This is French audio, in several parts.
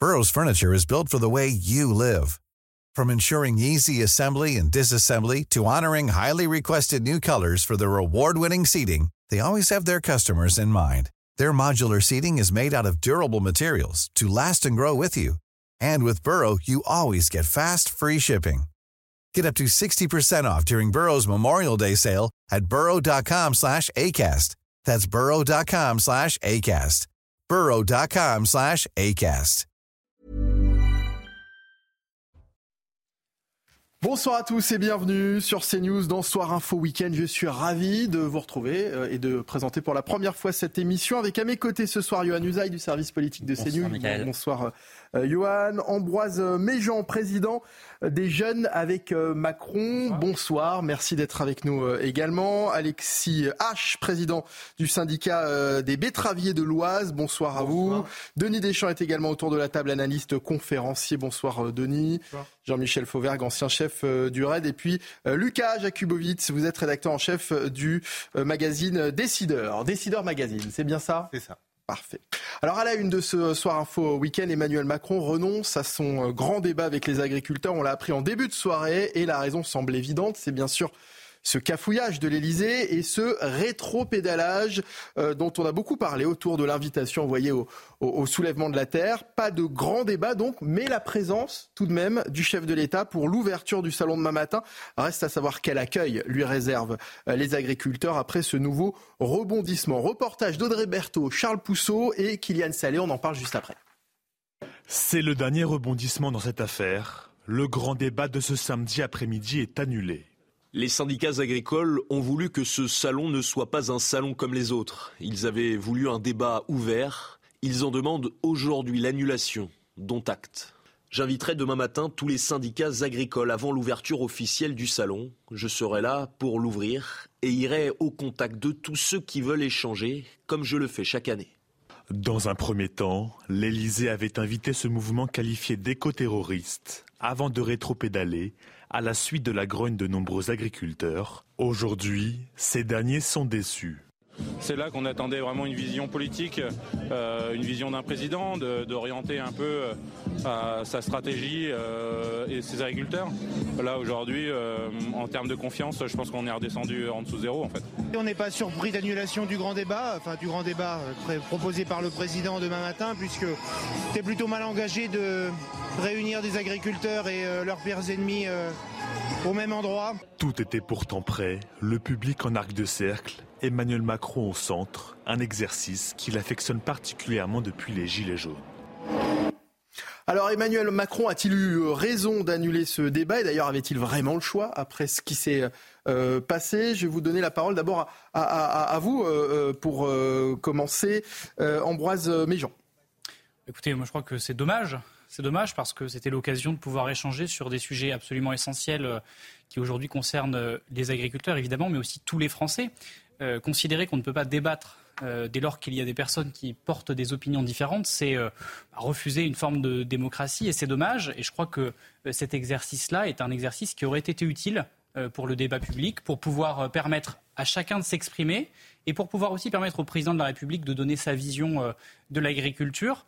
Burrow's furniture is built for the way you live. From ensuring easy assembly and disassembly to honoring highly requested new colors for their award-winning seating, they always have their customers in mind. Their modular seating is made out of durable materials to last and grow with you. And with Burrow, you always get fast, free shipping. Get up to 60% off during Burrow's Memorial Day sale at burrow.com/ACAST. That's burrow.com/ACAST. burrow.com/ACAST. Bonsoir à tous et bienvenue sur CNews dans Soir Info Week-end. Je suis ravi de vous retrouver et de présenter pour la première fois cette émission avec à mes côtés ce soir Yohann Usaï du service politique de CNews. Bonsoir Yohann. Ambroise Méjean, président des Jeunes avec Macron. Bonsoir, merci d'être avec nous également. Alexis H, président du syndicat des betteraviers de l'Oise. Bonsoir à vous. Denis Deschamps est également autour de la table, analyste conférencier. Bonsoir Denis. Bonsoir. Jean-Michel Fauvergue, ancien chef du RAID. Et puis Lucas Jakubowicz, vous êtes rédacteur en chef du magazine Décideur. Décideur Magazine, c'est bien ça ? C'est ça. Parfait. Alors à la une de ce Soir Info Week-end, Emmanuel Macron renonce à son grand débat avec les agriculteurs. On l'a appris en début de soirée et la raison semble évidente. C'est bien sûr ce cafouillage de l'Elysée et ce rétro-pédalage dont on a beaucoup parlé autour de l'invitation envoyée au soulèvement de la terre. Pas de grand débat donc, mais la présence tout de même du chef de l'État pour l'ouverture du salon demain matin. Reste à savoir quel accueil lui réservent les agriculteurs après ce nouveau rebondissement. Reportage d'Audrey Berthaud, Charles Pousseau et Kylian Salé, on en parle juste après. C'est le dernier rebondissement dans cette affaire. Le grand débat de ce samedi après-midi est annulé. Les syndicats agricoles ont voulu que ce salon ne soit pas un salon comme les autres. Ils avaient voulu un débat ouvert. Ils en demandent aujourd'hui l'annulation, dont acte. J'inviterai demain matin tous les syndicats agricoles avant l'ouverture officielle du salon. Je serai là pour l'ouvrir et irai au contact de tous ceux qui veulent échanger, comme je le fais chaque année. Dans un premier temps, l'Élysée avait invité ce mouvement qualifié d'éco-terroriste avant de rétropédaler à la suite de la grogne de nombreux agriculteurs. Aujourd'hui, ces derniers sont déçus. C'est là qu'on attendait vraiment une vision politique, une vision d'un président, d'orienter un peu sa stratégie et ses agriculteurs. Là aujourd'hui, en termes de confiance, je pense qu'on est redescendu en dessous zéro en fait. On n'est pas surpris d'annulation du grand débat proposé par le président demain matin, puisque c'est plutôt mal engagé de réunir des agriculteurs et leurs pires ennemis au même endroit. Tout était pourtant prêt, le public en arc de cercle, Emmanuel Macron au centre, un exercice qu'il affectionne particulièrement depuis les Gilets jaunes. Alors Emmanuel Macron a-t-il eu raison d'annuler ce débat et d'ailleurs avait-il vraiment le choix après ce qui s'est passé ? Je vais vous donner la parole d'abord à vous pour commencer. Ambroise Méjean. Écoutez, moi je crois que c'est dommage. C'est dommage parce que c'était l'occasion de pouvoir échanger sur des sujets absolument essentiels qui aujourd'hui concernent les agriculteurs évidemment, mais aussi tous les Français. Considérer qu'on ne peut pas débattre dès lors qu'il y a des personnes qui portent des opinions différentes, c'est refuser une forme de démocratie et c'est dommage. Et je crois que cet exercice-là est un exercice qui aurait été utile pour le débat public, pour pouvoir permettre à chacun de s'exprimer et pour pouvoir aussi permettre au président de la République de donner sa vision de l'agriculture.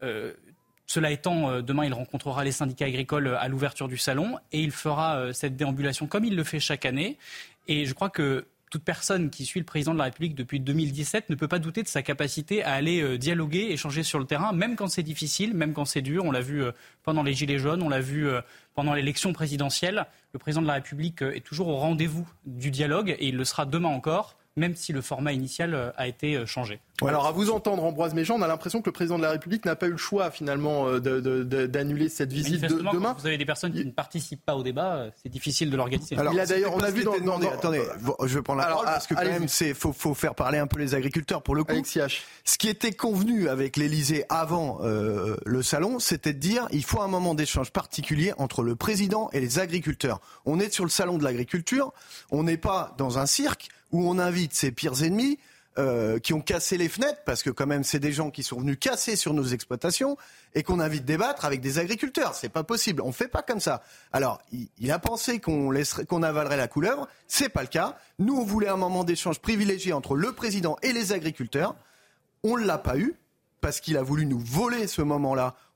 Cela étant, demain, il rencontrera les syndicats agricoles à l'ouverture du salon et il fera cette déambulation comme il le fait chaque année. Et je crois que toute personne qui suit le président de la République depuis 2017 ne peut pas douter de sa capacité à aller dialoguer, échanger sur le terrain, même quand c'est difficile, même quand c'est dur. On l'a vu pendant les Gilets jaunes, on l'a vu pendant l'élection présidentielle. Le président de la République est toujours au rendez-vous du dialogue et il le sera demain encore, même si le format initial a été changé. Alors à vous entendre, Ambroise Méjean, on a l'impression que le président de la République n'a pas eu le choix finalement d'annuler cette visite demain. Quand vous avez des personnes qui ne participent pas au débat, c'est difficile de l'organiser. Alors, il a d'ailleurs, on a vu Attendez, je vais prendre la parole parce que quand même, faut faire parler un peu les agriculteurs pour le coup. Alexis H. Ce qui était convenu avec l'Élysée avant le salon, c'était de dire il faut un moment d'échange particulier entre le président et les agriculteurs. On est sur le salon de l'agriculture, on n'est pas dans un cirque où on invite ses pires ennemis. Qui ont cassé les fenêtres, parce que quand même c'est des gens qui sont venus casser sur nos exploitations et qu'on invite débattre avec des agriculteurs. C'est pas possible, on fait pas comme ça. Alors, il a pensé qu'on avalerait la couleuvre, c'est pas le cas. Nous, on voulait un moment d'échange privilégié entre le président et les agriculteurs. On l'a pas eu, parce qu'il a voulu nous voler ce moment-là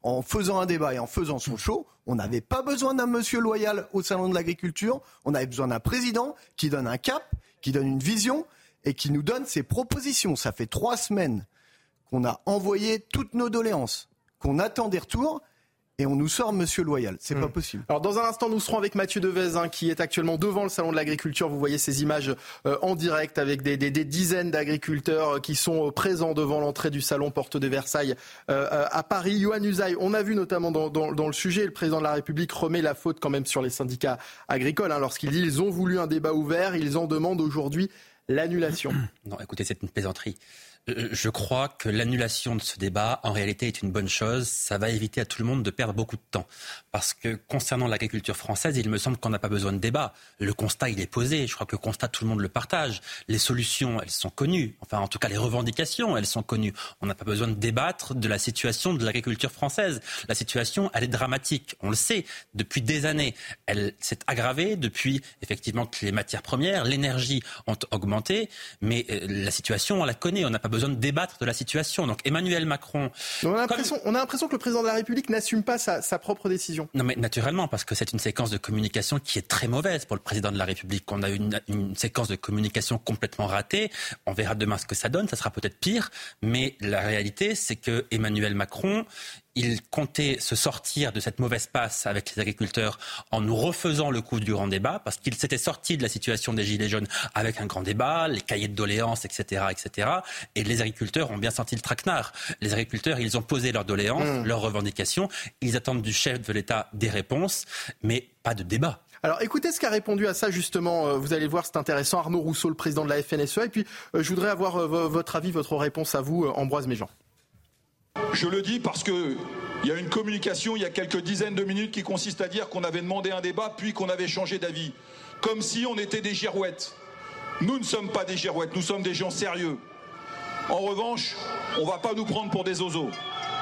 en faisant un débat et en faisant son show. On n'avait pas besoin d'un monsieur loyal au salon de l'agriculture. On avait besoin d'un président qui donne un cap, qui donne une vision et qui nous donne ses propositions. Ça fait 3 semaines qu'on a envoyé toutes nos doléances, qu'on attend des retours. Et on nous sort Monsieur Loyal, c'est pas possible. Alors dans un instant, nous serons avec Mathieu Devez, qui est actuellement devant le salon de l'agriculture. Vous voyez ces images en direct avec des dizaines d'agriculteurs qui sont présents devant l'entrée du salon Porte de Versailles à Paris. Yohann Usaï, on a vu notamment dans le sujet, le président de la République remet la faute quand même sur les syndicats agricoles lorsqu'il dit ils ont voulu un débat ouvert, ils en demandent aujourd'hui l'annulation. Non, écoutez, c'est une plaisanterie. Je crois que l'annulation de ce débat, en réalité, est une bonne chose. Ça va éviter à tout le monde de perdre beaucoup de temps. Parce que concernant l'agriculture française, il me semble qu'on n'a pas besoin de débat. Le constat, il est posé. Je crois que le constat, tout le monde le partage. Les solutions, elles sont connues. Enfin, en tout cas, les revendications, elles sont connues. On n'a pas besoin de débattre de la situation de l'agriculture française. La situation, elle est dramatique. On le sait. Depuis des années, elle s'est aggravée depuis, effectivement, que les matières premières, l'énergie ont augmenté. Mais la situation, on la connaît. On n'a pas besoin de débattre de la situation. Donc Emmanuel Macron... On a l'impression que le président de la République n'assume pas sa propre décision. Non mais naturellement, parce que c'est une séquence de communication qui est très mauvaise pour le président de la République. On a une séquence de communication complètement ratée. On verra demain ce que ça donne. Ça sera peut-être pire. Mais la réalité, c'est que Emmanuel Macron... Il comptait se sortir de cette mauvaise passe avec les agriculteurs en nous refaisant le coup du grand débat, parce qu'il s'était sorti de la situation des Gilets jaunes avec un grand débat, les cahiers de doléances, etc., etc. Et les agriculteurs ont bien senti le traquenard. Les agriculteurs, ils ont posé leurs doléances, leurs revendications. Ils attendent du chef de l'État des réponses, mais pas de débat. Alors écoutez ce qu'a répondu à ça justement, vous allez voir, c'est intéressant, Arnaud Rousseau, le président de la FNSEA. Et puis je voudrais avoir votre avis, votre réponse à vous, Ambroise Méjean. Je le dis parce qu'il y a une communication il y a quelques dizaines de minutes qui consiste à dire qu'on avait demandé un débat puis qu'on avait changé d'avis. Comme si on était des girouettes. Nous ne sommes pas des girouettes, nous sommes des gens sérieux. En revanche, on ne va pas nous prendre pour des ozos.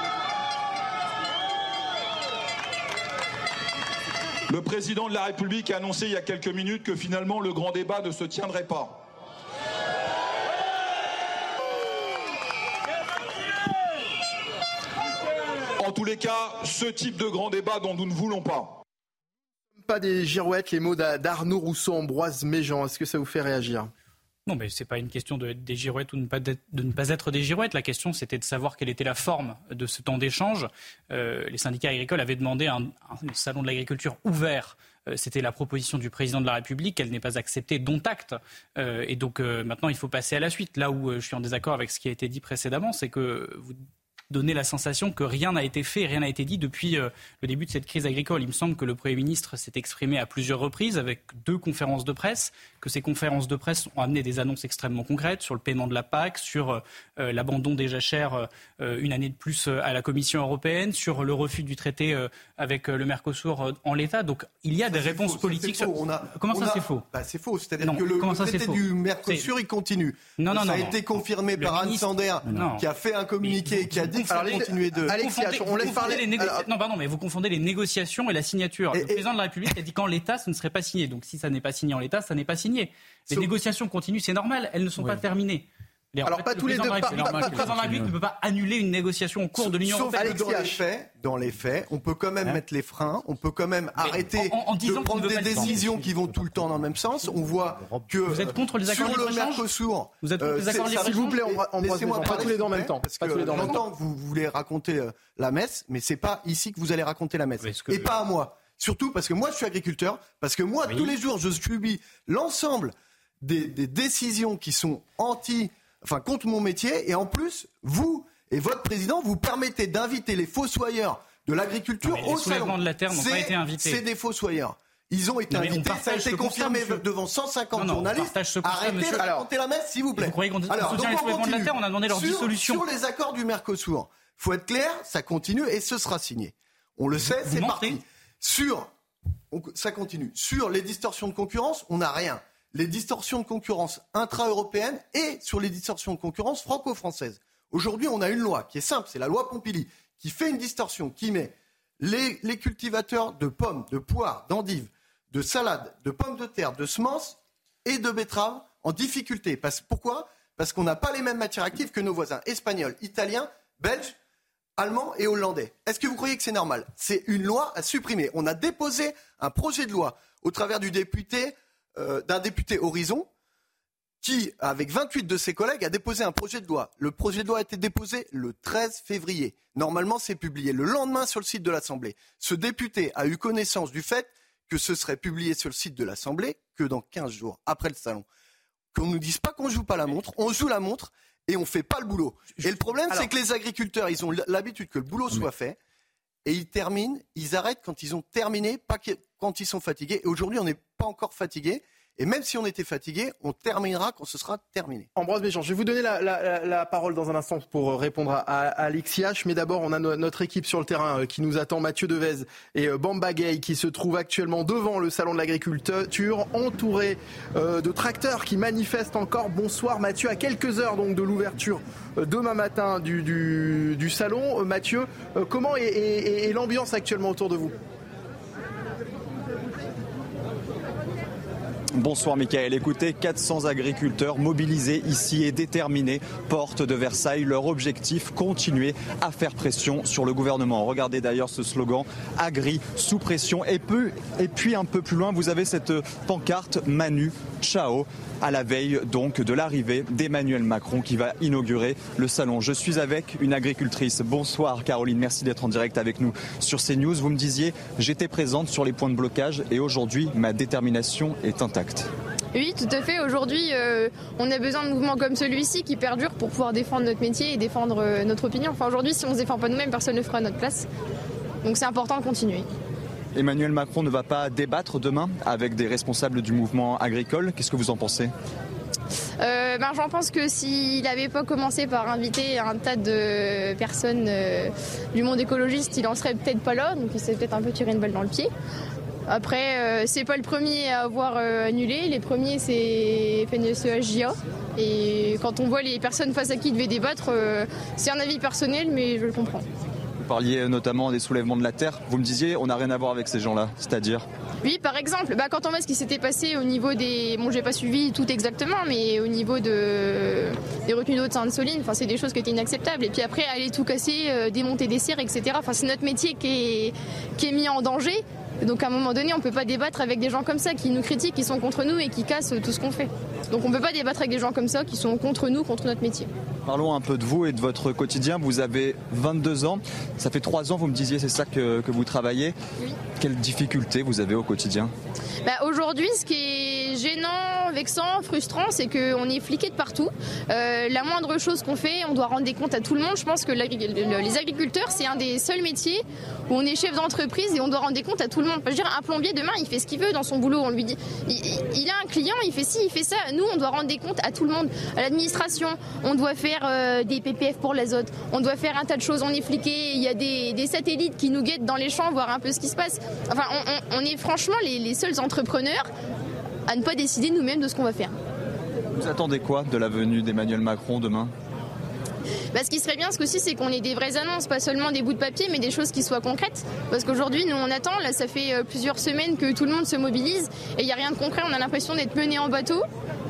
Le président de la République a annoncé il y a quelques minutes que finalement le grand débat ne se tiendrait pas. En tous les cas, ce type de grand débat dont nous ne voulons pas. Pas des girouettes, les mots d'Arnaud Rousseau, Ambroise Méjean. Est-ce que ça vous fait réagir ? Non, mais ce n'est pas une question d'être des girouettes ou de ne pas être des girouettes. La question, c'était de savoir quelle était la forme de ce temps d'échange. Les syndicats agricoles avaient demandé un salon de l'agriculture ouvert. C'était la proposition du président de la République. Elle n'est pas acceptée, dont acte. Et donc maintenant, il faut passer à la suite. Là où je suis en désaccord avec ce qui a été dit précédemment, c'est que vous donner la sensation que rien n'a été fait, rien n'a été dit depuis le début de cette crise agricole. Il me semble que le Premier ministre s'est exprimé à plusieurs reprises avec 2 conférences de presse, que ces conférences de presse ont amené des annonces extrêmement concrètes sur le paiement de la PAC, sur l'abandon des jachères une année de plus à la Commission européenne, sur le refus du traité avec le Mercosur en l'état. Donc il y a des réponses politiques. Comment ça c'est faux ? C'est faux, c'est-à-dire que le traité du Mercosur il continue. Ça a été confirmé par Anne Sander qui a fait un communiqué qui a dit mais vous confondez les négociations et la signature. Le président de la République a dit qu'en l'état, ce ne serait pas signé. Donc si ça n'est pas signé en l'état, ça n'est pas signé. Les négociations continuent, c'est normal, elles ne sont pas terminées. Alors pas tous les deux. Le président de la République ne peut pas annuler une négociation en cours de l'Union européenne. Dans les faits, on peut quand même mettre les freins, on peut quand même arrêter de prendre des décisions qui vont tout le temps dans le même sens. On voit que vous êtes contre les accords sur le Mercosur, vous êtes contre les accords s'il vous plaît, laissez-moi pas tous les deux en même temps. Parce que j'entends que vous voulez raconter la messe, mais c'est pas ici que vous allez raconter la messe, et pas à moi. Surtout parce que moi je suis agriculteur, parce que moi tous les jours je subis l'ensemble des décisions qui sont contre mon métier, et en plus, vous et votre président, vous permettez d'inviter les fossoyeurs de l'agriculture au salon. Les soulèvements de la terre n'ont pas été invités. C'est des fossoyeurs. Ils ont été invités, ça a été confirmé devant 150 journalistes. Arrêtez de raconter la messe, s'il vous plaît. Vous croyez qu'on soutient les soulèvements de la terre ? On a demandé leur dissolution. Sur les accords du Mercosur, il faut être clair, ça continue et ce sera signé. On le sait, c'est parti. Ça continue. Sur les distorsions de concurrence, on n'a rien. Les distorsions de concurrence intra-européennes et sur les distorsions de concurrence franco-françaises. Aujourd'hui, on a une loi qui est simple, c'est la loi Pompili, qui fait une distorsion, qui met les cultivateurs de pommes, de poires, d'endives, de salades, de pommes de terre, de semences et de betteraves en difficulté. Pourquoi ? Parce qu'on n'a pas les mêmes matières actives que nos voisins espagnols, italiens, belges, allemands et hollandais. Est-ce que vous croyez que c'est normal ? C'est une loi à supprimer. On a déposé un projet de loi au travers d'un député Horizon qui, avec 28 de ses collègues, a déposé un projet de loi. Le projet de loi a été déposé le 13 février. Normalement, c'est publié le lendemain sur le site de l'Assemblée. Ce député a eu connaissance du fait que ce serait publié sur le site de l'Assemblée que dans 15 jours, après le salon. Qu'on ne nous dise pas qu'on ne joue pas la montre, on joue la montre et on ne fait pas le boulot. Et le problème, c'est que les agriculteurs, ils ont l'habitude que le boulot soit fait et ils arrêtent quand ils ont terminé, pas quand ils sont fatigués. Et aujourd'hui, on n'est pas encore fatigués. Et même si on était fatigué, on terminera quand ce sera terminé. Ambroise Méjean, je vais vous donner la parole dans un instant pour répondre à Alexis H. Mais d'abord, on a notre équipe sur le terrain qui nous attend, Mathieu Devez et Bamba Gay, qui se trouvent actuellement devant le salon de l'agriculture, entourés de tracteurs qui manifestent encore. Bonsoir Mathieu, à quelques heures donc de l'ouverture demain matin du salon. Mathieu, comment est l'ambiance actuellement autour de vous ? Bonsoir Mickaël, écoutez, 400 agriculteurs mobilisés ici et déterminés, porte de Versailles. Leur objectif, continuer à faire pression sur le gouvernement. Regardez d'ailleurs ce slogan, Agri sous pression. Et puis un peu plus loin, vous avez cette pancarte Manu Chao, à la veille donc de l'arrivée d'Emmanuel Macron qui va inaugurer le salon. Je suis avec une agricultrice. Bonsoir Caroline, merci d'être en direct avec nous sur CNews. Vous me disiez, j'étais présente sur les points de blocage et aujourd'hui, ma détermination est intacte. Oui, tout à fait. Aujourd'hui, on a besoin de mouvements comme celui-ci qui perdurent pour pouvoir défendre notre métier et défendre notre opinion. Enfin, aujourd'hui, si on ne se défend pas nous-mêmes, personne ne le fera à notre place. Donc c'est important de continuer. Emmanuel Macron ne va pas débattre demain avec des responsables du mouvement agricole. Qu'est-ce que vous en pensez ? J'en pense que s'il n'avait pas commencé par inviter un tas de personnes du monde écologiste, il en serait peut-être pas là. Donc il s'est peut-être un peu tiré une balle dans le pied. Après, c'est pas le premier à avoir annulé. Les premiers, c'est FNSEA. Et quand on voit les personnes face à qui il devait débattre, c'est un avis personnel, mais je le comprends. Vous parliez notamment des soulèvements de la terre. Vous me disiez, on n'a rien à voir avec ces gens-là, c'est-à-dire ? Oui, par exemple, quand on voit ce qui s'était passé au niveau des... Bon, j'ai pas suivi tout exactement, mais au niveau des retenues d'eau de Sainte-Soline, c'est des choses qui étaient inacceptables. Et puis après, aller tout casser, démonter des serres, etc. C'est notre métier qui est mis en danger. Donc à un moment donné, on ne peut pas débattre avec des gens comme ça qui nous critiquent, qui sont contre nous et qui cassent tout ce qu'on fait. Donc on ne peut pas débattre avec des gens comme ça qui sont contre nous, contre notre métier. Parlons un peu de vous et de votre quotidien. Vous avez 22 ans. Ça fait 3 ans, vous me disiez, c'est ça que vous travaillez. Oui. Quelles difficultés vous avez au quotidien ? Aujourd'hui, ce qui est gênant, vexant, frustrant, c'est qu'on est fliqué de partout. La moindre chose qu'on fait, on doit rendre des comptes à tout le monde. Je pense que les agriculteurs, c'est un des seuls métiers où on est chef d'entreprise et on doit rendre des comptes à tout le monde. Je veux dire, un plombier, demain, il fait ce qu'il veut dans son boulot. On lui dit, il a un client, il fait ci, il fait ça. Nous, on doit rendre des comptes à tout le monde. À l'administration, on doit faire des PPF pour l'azote. On doit faire un tas de choses. On est fliqué. Il y a des satellites qui nous guettent dans les champs, voir un peu ce qui se passe. Enfin, on est franchement les seuls entrepreneurs à ne pas décider nous-mêmes de ce qu'on va faire. Vous attendez quoi de la venue d'Emmanuel Macron demain ? Ce qui serait bien, c'est qu'on ait des vraies annonces, pas seulement des bouts de papier, mais des choses qui soient concrètes. Parce qu'aujourd'hui, nous, on attend. Là, ça fait plusieurs semaines que tout le monde se mobilise et il n'y a rien de concret. On a l'impression d'être mené en bateau.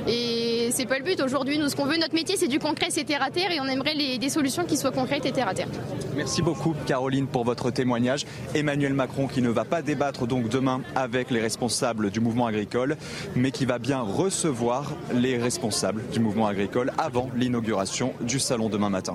Et c'est pas le but. Aujourd'hui, nous, ce qu'on veut, notre métier, c'est du concret, c'est terre à terre. Et on aimerait des solutions qui soient concrètes et terre à terre. Merci beaucoup, Caroline, pour votre témoignage. Emmanuel Macron qui ne va pas débattre donc demain avec les responsables du mouvement agricole, mais qui va bien recevoir les responsables du mouvement agricole avant l'inauguration du salon demain matin.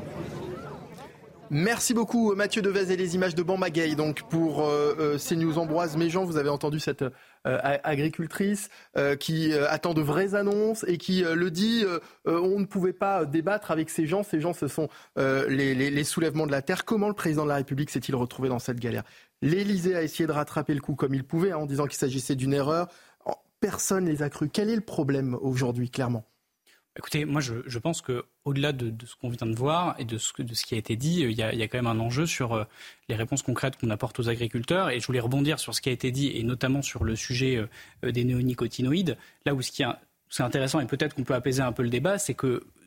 Merci beaucoup Mathieu Devez et les images de Bamba Gay. Donc pour CNews. Ambroise Méjean, vous avez entendu cette agricultrice qui attend de vraies annonces et qui le dit, on ne pouvait pas débattre avec ces gens. Ces gens, ce sont les soulèvements de la terre. Comment le président de la République s'est-il retrouvé dans cette galère ? L'Élysée a essayé de rattraper le coup comme il pouvait, en disant qu'il s'agissait d'une erreur. Personne ne les a crus. Quel est le problème aujourd'hui, clairement ? Écoutez, moi je pense qu'au-delà de ce qu'on vient de voir et de ce qui a été dit, il y a quand même un enjeu sur les réponses concrètes qu'on apporte aux agriculteurs. Et je voulais rebondir sur ce qui a été dit, et notamment sur le sujet des néonicotinoïdes. Là où c'est intéressant, et peut-être qu'on peut apaiser un peu le débat, c'est que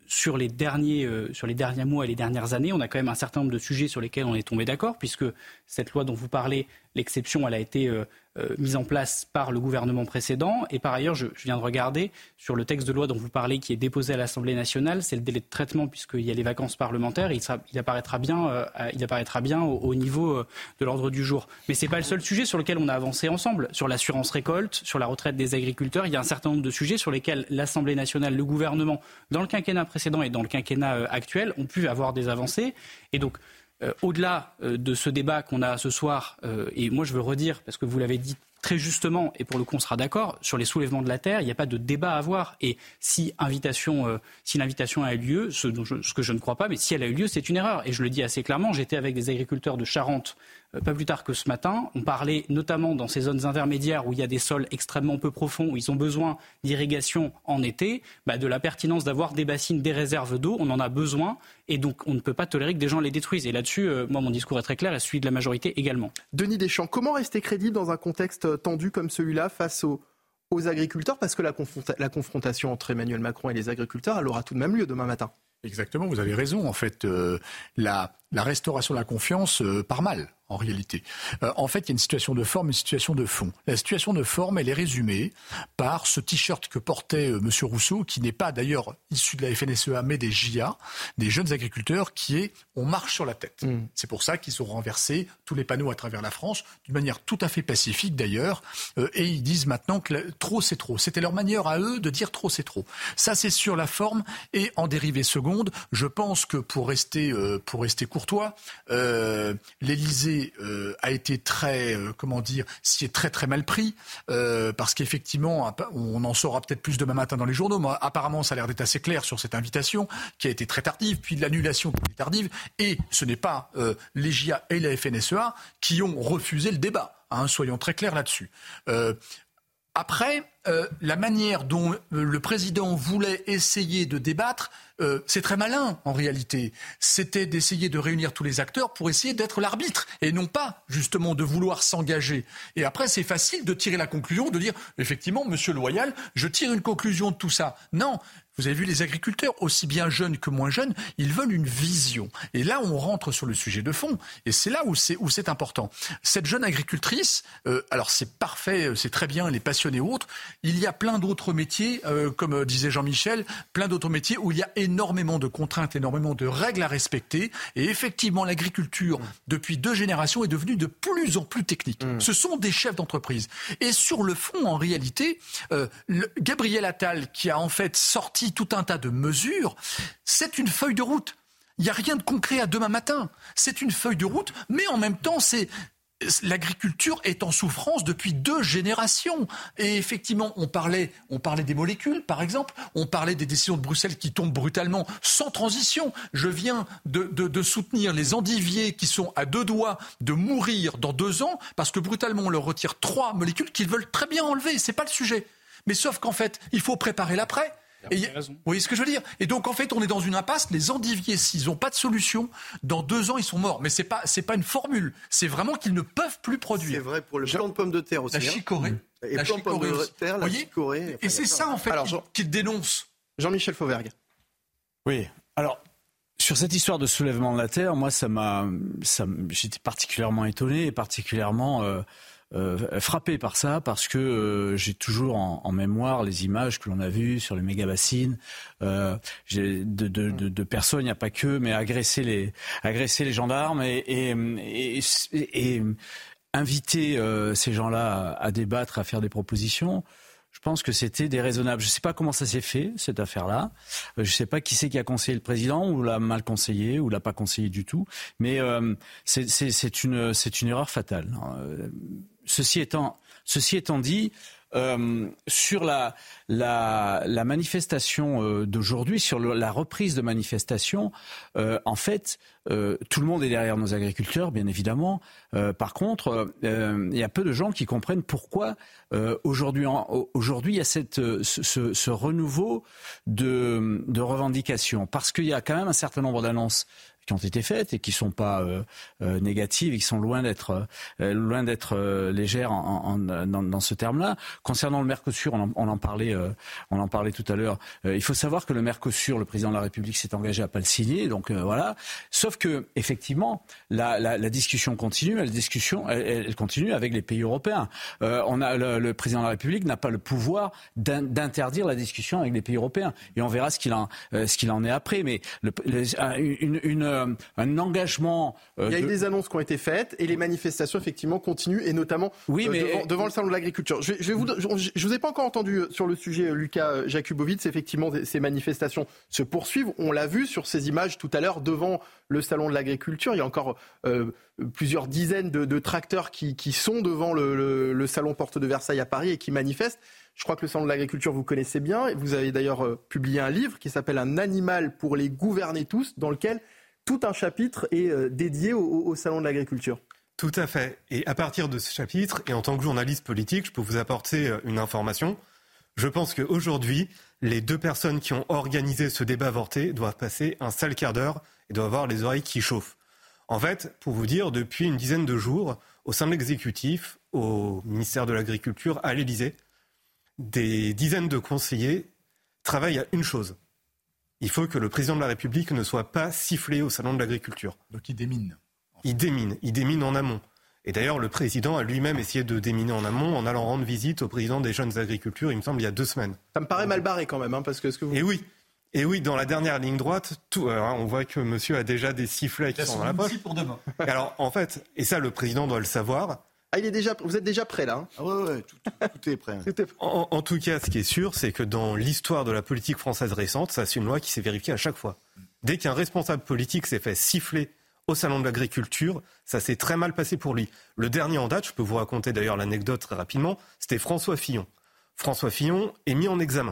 sur les derniers mois et les dernières années, on a quand même un certain nombre de sujets sur lesquels on est tombé d'accord, puisque cette loi dont vous parlez, l'exception, elle a été mise en place par le gouvernement précédent. Et par ailleurs, je viens de regarder sur le texte de loi dont vous parlez qui est déposé à l'Assemblée nationale, c'est le délai de traitement puisqu'il y a les vacances parlementaires. Il apparaîtra bien au niveau de l'ordre du jour. Mais ce n'est pas le seul sujet sur lequel on a avancé ensemble. Sur l'assurance récolte, sur la retraite des agriculteurs, il y a un certain nombre de sujets sur lesquels l'Assemblée nationale, le gouvernement, dans le quinquennat précédent et dans le quinquennat actuel, ont pu avoir des avancées. Et donc, au-delà de ce débat qu'on a ce soir, et moi je veux redire, parce que vous l'avez dit très justement, et pour le coup on sera d'accord, sur les soulèvements de la terre, il n'y a pas de débat à avoir. Et si l'invitation a eu lieu, ce que je ne crois pas, mais si elle a eu lieu, c'est une erreur. Et je le dis assez clairement, j'étais avec des agriculteurs de Charente pas plus tard que ce matin. On parlait notamment dans ces zones intermédiaires où il y a des sols extrêmement peu profonds, où ils ont besoin d'irrigation en été, de la pertinence d'avoir des bassines, des réserves d'eau. On en a besoin et donc on ne peut pas tolérer que des gens les détruisent. Et là-dessus, moi mon discours est très clair et celui de la majorité également. Denis Deschamps, comment rester crédible dans un contexte tendu comme celui-là face aux agriculteurs ? Parce que la confrontation entre Emmanuel Macron et les agriculteurs, elle aura tout de même lieu demain matin. Exactement, vous avez raison. En fait, la restauration de la confiance part mal, en réalité. En fait, il y a une situation de forme et une situation de fond. La situation de forme, elle est résumée par ce t-shirt que portait M. Rousseau, qui n'est pas d'ailleurs issu de la FNSEA, mais des JA, des jeunes agriculteurs, qui est « on marche sur la tête ». C'est pour ça qu'ils ont renversé tous les panneaux à travers la France, d'une manière tout à fait pacifique d'ailleurs, et ils disent maintenant que trop c'est trop. C'était leur manière à eux de dire trop c'est trop. Ça, c'est sur la forme. Et en dérivée seconde, je pense que pour rester courtois, l'Élysée a été s'y est très très mal pris, parce qu'effectivement, on en saura peut-être plus demain matin dans les journaux, mais apparemment ça a l'air d'être assez clair sur cette invitation qui a été très tardive, puis l'annulation qui est tardive, et ce n'est pas les JA et la FNSEA qui ont refusé le débat, soyons très clairs là-dessus. Après, la manière dont le président voulait essayer de débattre, c'est très malin en réalité. C'était d'essayer de réunir tous les acteurs pour essayer d'être l'arbitre et non pas justement de vouloir s'engager. Et après, c'est facile de tirer la conclusion, de dire effectivement, monsieur Loyal, je tire une conclusion de tout ça. Non. Vous avez vu les agriculteurs, aussi bien jeunes que moins jeunes, ils veulent une vision. Et là, on rentre sur le sujet de fond. Et c'est là où c'est important. Cette jeune agricultrice, alors c'est parfait, c'est très bien, elle est passionnée ou autre. Il y a plein d'autres métiers, comme disait Jean-Michel, plein d'autres métiers où il y a énormément de contraintes, énormément de règles à respecter. Et effectivement, l'agriculture, depuis 2 générations, est devenue de plus en plus technique. Ce sont des chefs d'entreprise. Et sur le fond, en réalité, Gabriel Attal, qui a en fait sorti tout un tas de mesures, c'est une feuille de route. Il n'y a rien de concret à demain matin. C'est une feuille de route, mais en même temps, l'agriculture est en souffrance depuis 2 générations. Et effectivement, on parlait des molécules, par exemple. On parlait des décisions de Bruxelles qui tombent brutalement, sans transition. Je viens de soutenir les endiviers qui sont à 2 doigts de mourir dans 2 ans, parce que brutalement, on leur retire 3 molécules qu'ils veulent très bien enlever. C'est pas le sujet. Mais sauf qu'en fait, il faut préparer l'après. Vous voyez ce que je veux dire ? Et donc en fait on est dans une impasse. Les endiviers, s'ils n'ont pas de solution, dans 2 ans ils sont morts. Mais c'est pas une formule. C'est vraiment qu'ils ne peuvent plus produire. C'est vrai pour le plant de pommes de terre aussi. La chicorée. Et la chicorée de terre, la chicorée. Et c'est ça en fait qu'ils dénoncent. Jean-Michel Fauvergue. Oui. Alors sur cette histoire de soulèvement de la terre, moi j'étais particulièrement étonné et particulièrement frappé par ça, parce que j'ai toujours en mémoire les images que l'on a vues sur les méga-bassines de personnes, il n'y a pas que, mais agresser les gendarmes et inviter ces gens-là à débattre, à faire des propositions. Je pense que c'était déraisonnable. Je ne sais pas comment ça s'est fait, cette affaire-là. Je ne sais pas qui c'est qui a conseillé le président, ou l'a mal conseillé, ou l'a pas conseillé du tout. Mais c'est une erreur fatale. Ceci étant dit, sur la manifestation d'aujourd'hui, sur la reprise de manifestation, en fait, tout le monde est derrière nos agriculteurs, bien évidemment. Par contre, il y a peu de gens qui comprennent pourquoi aujourd'hui il y a ce renouveau de revendications. Parce qu'il y a quand même un certain nombre d'annonces qui ont été faites et qui sont pas négatives et qui sont loin d'être légères dans ce terme-là. Concernant le Mercosur, on en parlait tout à l'heure. Il faut savoir que le Mercosur, le président de la République s'est engagé à pas le signer, donc voilà. Sauf que effectivement, la discussion continue. Elle continue avec les pays européens. Le président de la République n'a pas le pouvoir d'interdire la discussion avec les pays européens. Et on verra ce qu'il en est après. Mais un engagement... Il y a eu des annonces qui ont été faites et les manifestations, effectivement, continuent, et notamment devant le Salon de l'Agriculture. Je vous ai pas encore entendu sur le sujet, Lucas Jakubowicz. Effectivement, ces manifestations se poursuivent. On l'a vu sur ces images tout à l'heure devant le Salon de l'Agriculture. Il y a encore plusieurs dizaines de tracteurs qui sont devant le Salon Porte de Versailles à Paris et qui manifestent. Je crois que le Salon de l'Agriculture, vous connaissez bien. Vous avez d'ailleurs publié un livre qui s'appelle « Un animal pour les gouverner tous », dans lequel tout un chapitre est dédié au Salon de l'Agriculture. Tout à fait. Et à partir de ce chapitre, et en tant que journaliste politique, je peux vous apporter une information. Je pense qu'aujourd'hui, les 2 personnes qui ont organisé ce débat avorté doivent passer un sale quart d'heure et doivent avoir les oreilles qui chauffent. En fait, pour vous dire, depuis une dizaine de jours, au sein de l'exécutif, au ministère de l'Agriculture, à l'Élysée, des dizaines de conseillers travaillent à une chose. Il faut que le président de la République ne soit pas sifflé au Salon de l'Agriculture. Donc il démine. Il démine en amont. Et d'ailleurs, le président a lui-même essayé de déminer en amont en allant rendre visite au président des Jeunes Agricultures, il me semble, il y a 2 semaines. Ça me paraît mal barré quand même, parce que... Et oui, dans la dernière ligne droite, on voit que monsieur a déjà des sifflets qui sont dans la poche. Pour demain. Alors, en fait, et ça, le président doit le savoir... vous êtes déjà prêt, là, hein? Ah ouais, tout est prêt. En tout cas, ce qui est sûr, c'est que dans l'histoire de la politique française récente, ça, c'est une loi qui s'est vérifiée à chaque fois. Dès qu'un responsable politique s'est fait siffler au Salon de l'Agriculture, ça s'est très mal passé pour lui. Le dernier en date, je peux vous raconter d'ailleurs l'anecdote très rapidement, c'était François Fillon. François Fillon est mis en examen.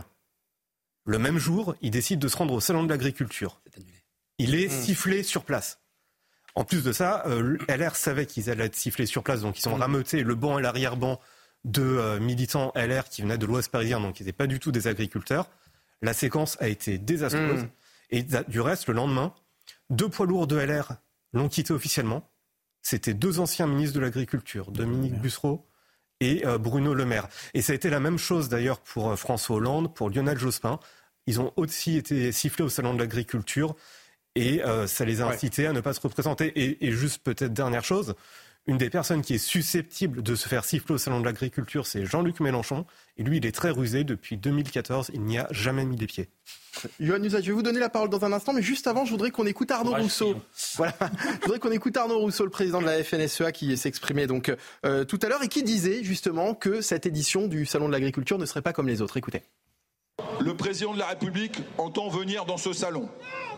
Le même jour, il décide de se rendre au Salon de l'Agriculture. Il est sifflé sur place. En plus de ça, LR savait qu'ils allaient être sifflés sur place, donc ils ont rameuté le banc et l'arrière-banc de militants LR qui venaient de l'Ouest parisien, donc ils n'étaient pas du tout des agriculteurs. La séquence a été désastreuse. Et du reste, le lendemain, 2 poids lourds de LR l'ont quitté officiellement. C'était 2 anciens ministres de l'Agriculture, Dominique Bussereau et Bruno Le Maire. Et ça a été la même chose d'ailleurs pour François Hollande, pour Lionel Jospin. Ils ont aussi été sifflés au Salon de l'Agriculture et ça les a incités à ne pas se représenter. Et juste peut-être dernière chose, une des personnes qui est susceptible de se faire siffler au Salon de l'Agriculture, c'est Jean-Luc Mélenchon. Et lui, il est très rusé. Depuis 2014, il n'y a jamais mis les pieds. Yohann Usaï, je vais vous donner la parole dans un instant, mais juste avant, je voudrais qu'on écoute Arnaud Rousseau. Voilà. Je voudrais qu'on écoute Arnaud Rousseau, le président de la FNSEA, qui s'exprimait donc tout à l'heure et qui disait justement que cette édition du Salon de l'Agriculture ne serait pas comme les autres. Écoutez. Le président de la République entend venir dans ce salon.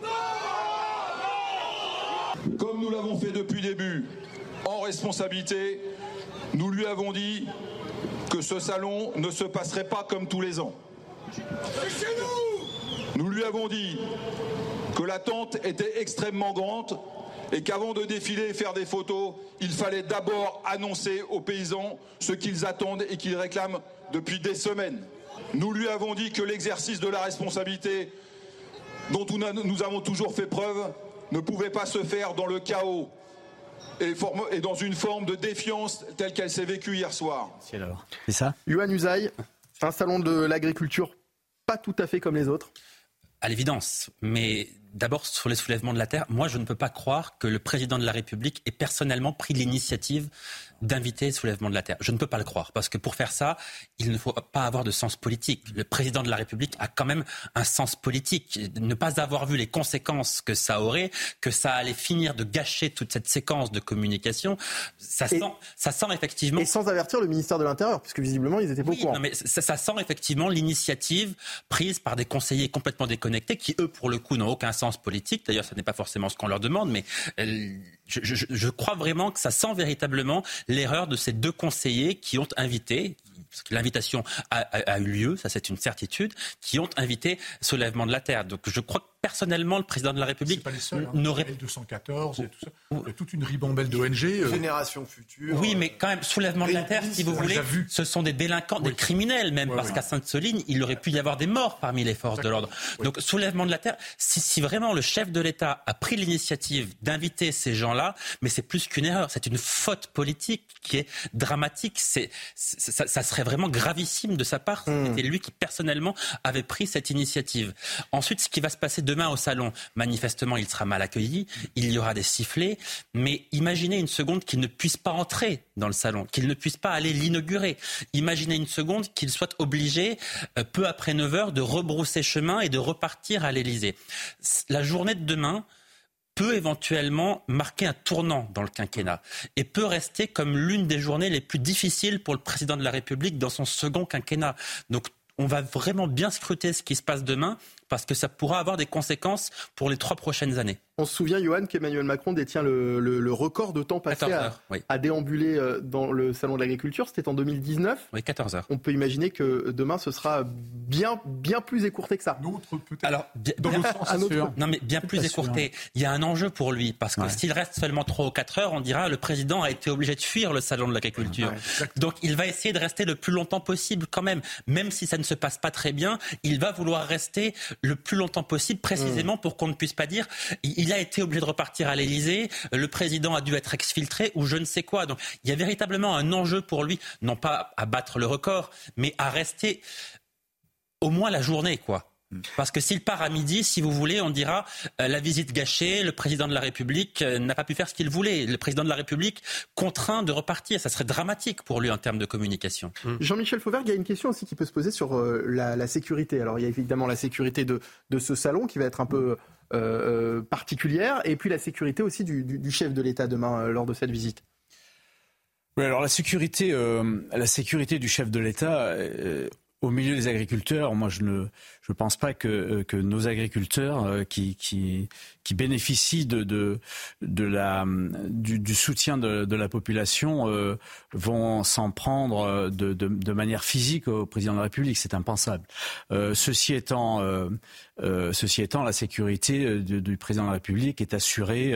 Comme nous l'avons fait depuis le début, en responsabilité, nous lui avons dit que ce salon ne se passerait pas comme tous les ans. Nous lui avons dit que l'attente était extrêmement grande et qu'avant de défiler et faire des photos, il fallait d'abord annoncer aux paysans ce qu'ils attendent et qu'ils réclament depuis des semaines. Nous lui avons dit que l'exercice de la responsabilité dont nous avons toujours fait preuve ne pouvait pas se faire dans le chaos et dans une forme de défiance telle qu'elle s'est vécue hier soir. C'est ça. Yohann Usaï, un salon de l'agriculture pas tout à fait comme les autres. À l'évidence, mais d'abord sur les soulèvements de la terre, moi je ne peux pas croire que le président de la République ait personnellement pris l'initiative d'inviter le soulèvement de la terre. Je ne peux pas le croire, parce que pour faire ça, il ne faut pas avoir de sens politique. Le président de la République a quand même un sens politique. Ne pas avoir vu les conséquences que ça aurait, que ça allait finir de gâcher toute cette séquence de communication, ça sent effectivement... Et sans avertir le ministère de l'Intérieur, puisque visiblement ils étaient pas au courant. Non, mais ça sent effectivement l'initiative prise par des conseillers complètement déconnectés, qui eux pour le coup n'ont aucun sens politique. D'ailleurs, ce n'est pas forcément ce qu'on leur demande, mais je crois vraiment que ça sent véritablement l'erreur de ces 2 conseillers qui ont invité, parce que l'invitation a eu lieu, ça c'est une certitude, qui ont invité Soulèvement de la Terre. Donc je crois personnellement, le président de la République n'aurait... 214 et tout ça. Il y a toute une ribambelle d'ONG. Génération Future. Oui, mais quand même, Soulèvement de la Terre, si vous voulez, ce sont des délinquants, des criminels même, parce qu'à Sainte-Soline, il aurait pu y avoir des morts parmi les forces de l'ordre. Donc, Soulèvement de la Terre, si vraiment le chef de l'État a pris l'initiative d'inviter ces gens-là, mais c'est plus qu'une erreur, c'est une faute politique qui est dramatique. Ça serait vraiment gravissime de sa part. C'était lui qui, personnellement, avait pris cette initiative. Ensuite, ce qui va se passer demain au salon, manifestement, il sera mal accueilli, il y aura des sifflets, mais imaginez une seconde qu'il ne puisse pas entrer dans le salon, qu'il ne puisse pas aller l'inaugurer. Imaginez une seconde qu'il soit obligé, peu après 9h, de rebrousser chemin et de repartir à l'Élysée. La journée de demain peut éventuellement marquer un tournant dans le quinquennat et peut rester comme l'une des journées les plus difficiles pour le président de la République dans son second quinquennat. Donc, on va vraiment bien scruter ce qui se passe demain parce que ça pourra avoir des conséquences pour les 3 prochaines années. On se souvient, Johan, qu'Emmanuel Macron détient le record de temps passé à déambuler dans le Salon de l'Agriculture. C'était en 2019. Oui, 14 heures. On peut imaginer que demain, ce sera bien plus écourté que ça. Alors, bien plus écourté. Il y a un enjeu pour lui, parce que s'il reste seulement 3 ou 4 heures, on dira le président a été obligé de fuir le Salon de l'Agriculture. Donc, il va essayer de rester le plus longtemps possible quand même. Même si ça ne se passe pas très bien, il va vouloir rester le plus longtemps possible, précisément pour qu'on ne puisse pas dire il a été obligé de repartir à l'Élysée, le président a dû être exfiltré ou je ne sais quoi. Donc il y a véritablement un enjeu pour lui, non pas à battre le record, mais à rester au moins la journée, quoi. Parce que s'il part à midi, si vous voulez, on dira la visite gâchée, le président de la République n'a pas pu faire ce qu'il voulait. Le président de la République contraint de repartir. Ça serait dramatique pour lui en termes de communication. Jean-Michel Fauvergue, il y a une question aussi qui peut se poser sur la sécurité. Alors il y a évidemment la sécurité de ce salon qui va être un peu particulière, et puis la sécurité aussi du chef de l'État demain lors de cette visite. Oui, alors la sécurité du chef de l'État... Au milieu des agriculteurs, moi je ne pense pas que nos agriculteurs qui bénéficient du soutien de la population vont s'en prendre de manière physique au président de la République. C'est impensable. Ceci étant, la sécurité du président de la République est assurée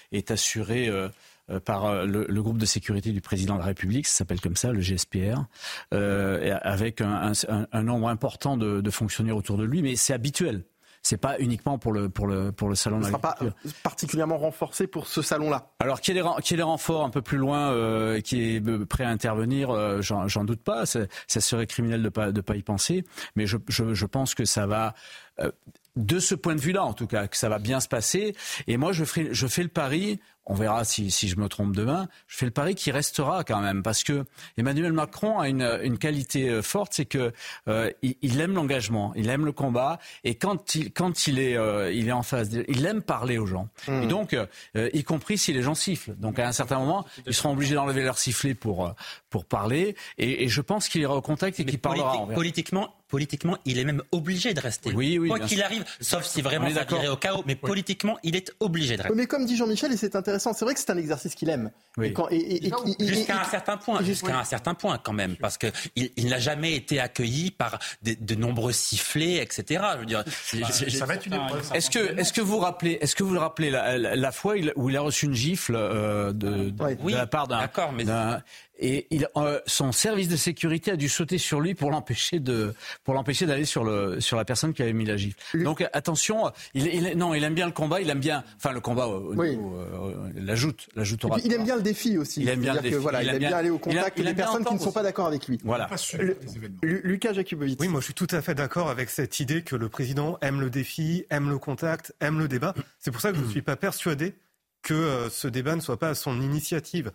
par le groupe de sécurité du président de la République, ça s'appelle comme ça, le GSPR, avec un nombre important de fonctionnaires autour de lui, mais c'est habituel. C'est pas uniquement pour le salon de l'agriculture. Ce ne sera pas particulièrement renforcé pour ce salon-là. Alors qu'il y ait des renforts un peu plus loin qui est prêt à intervenir, j'en doute pas. Ça serait criminel de pas y penser, mais je pense que ça va. De ce point de vue-là, en tout cas, que ça va bien se passer. Et moi, je fais le pari, on verra si je me trompe demain, je fais le pari qu'il restera quand même. Parce que Emmanuel Macron a une qualité forte, c'est que il aime l'engagement, il aime le combat. Et quand il est en face, il aime parler aux gens. Et donc, y compris si les gens sifflent. Donc, à un certain moment, ils seront obligés d'enlever leur sifflet pour parler. Et je pense qu'il ira au contact et qu'il parlera. Politiquement, il est même obligé de rester. Oui, quoi qu'il arrive, sauf si vraiment ça virait au chaos, mais politiquement, il est obligé de rester. Mais comme dit Jean-Michel, et c'est intéressant, c'est vrai que c'est un exercice qu'il aime. Oui. Jusqu'à un certain point quand même, parce qu'il n'a jamais été accueilli par de nombreux sifflets, etc. Je veux dire, ça va être une épreuve. Est-ce que vous vous rappelez la fois où il a reçu une gifle de la part d'un... Et son service de sécurité a dû sauter sur lui pour l'empêcher d'aller sur la personne qui avait mis la gifle. Donc attention, il aime bien le combat, il aime bien, enfin le combat au niveau, l'ajoute oratoire. Il aime bien le défi aussi. Il aime bien le défi. Il aime bien aller au contact des personnes qui ne sont pas d'accord avec lui. Voilà. Lucas Jakubowicz. Oui, moi je suis tout à fait d'accord avec cette idée que le président aime le défi, aime le contact, aime le débat. C'est pour ça que je ne suis pas persuadé que ce débat ne soit pas à son initiative.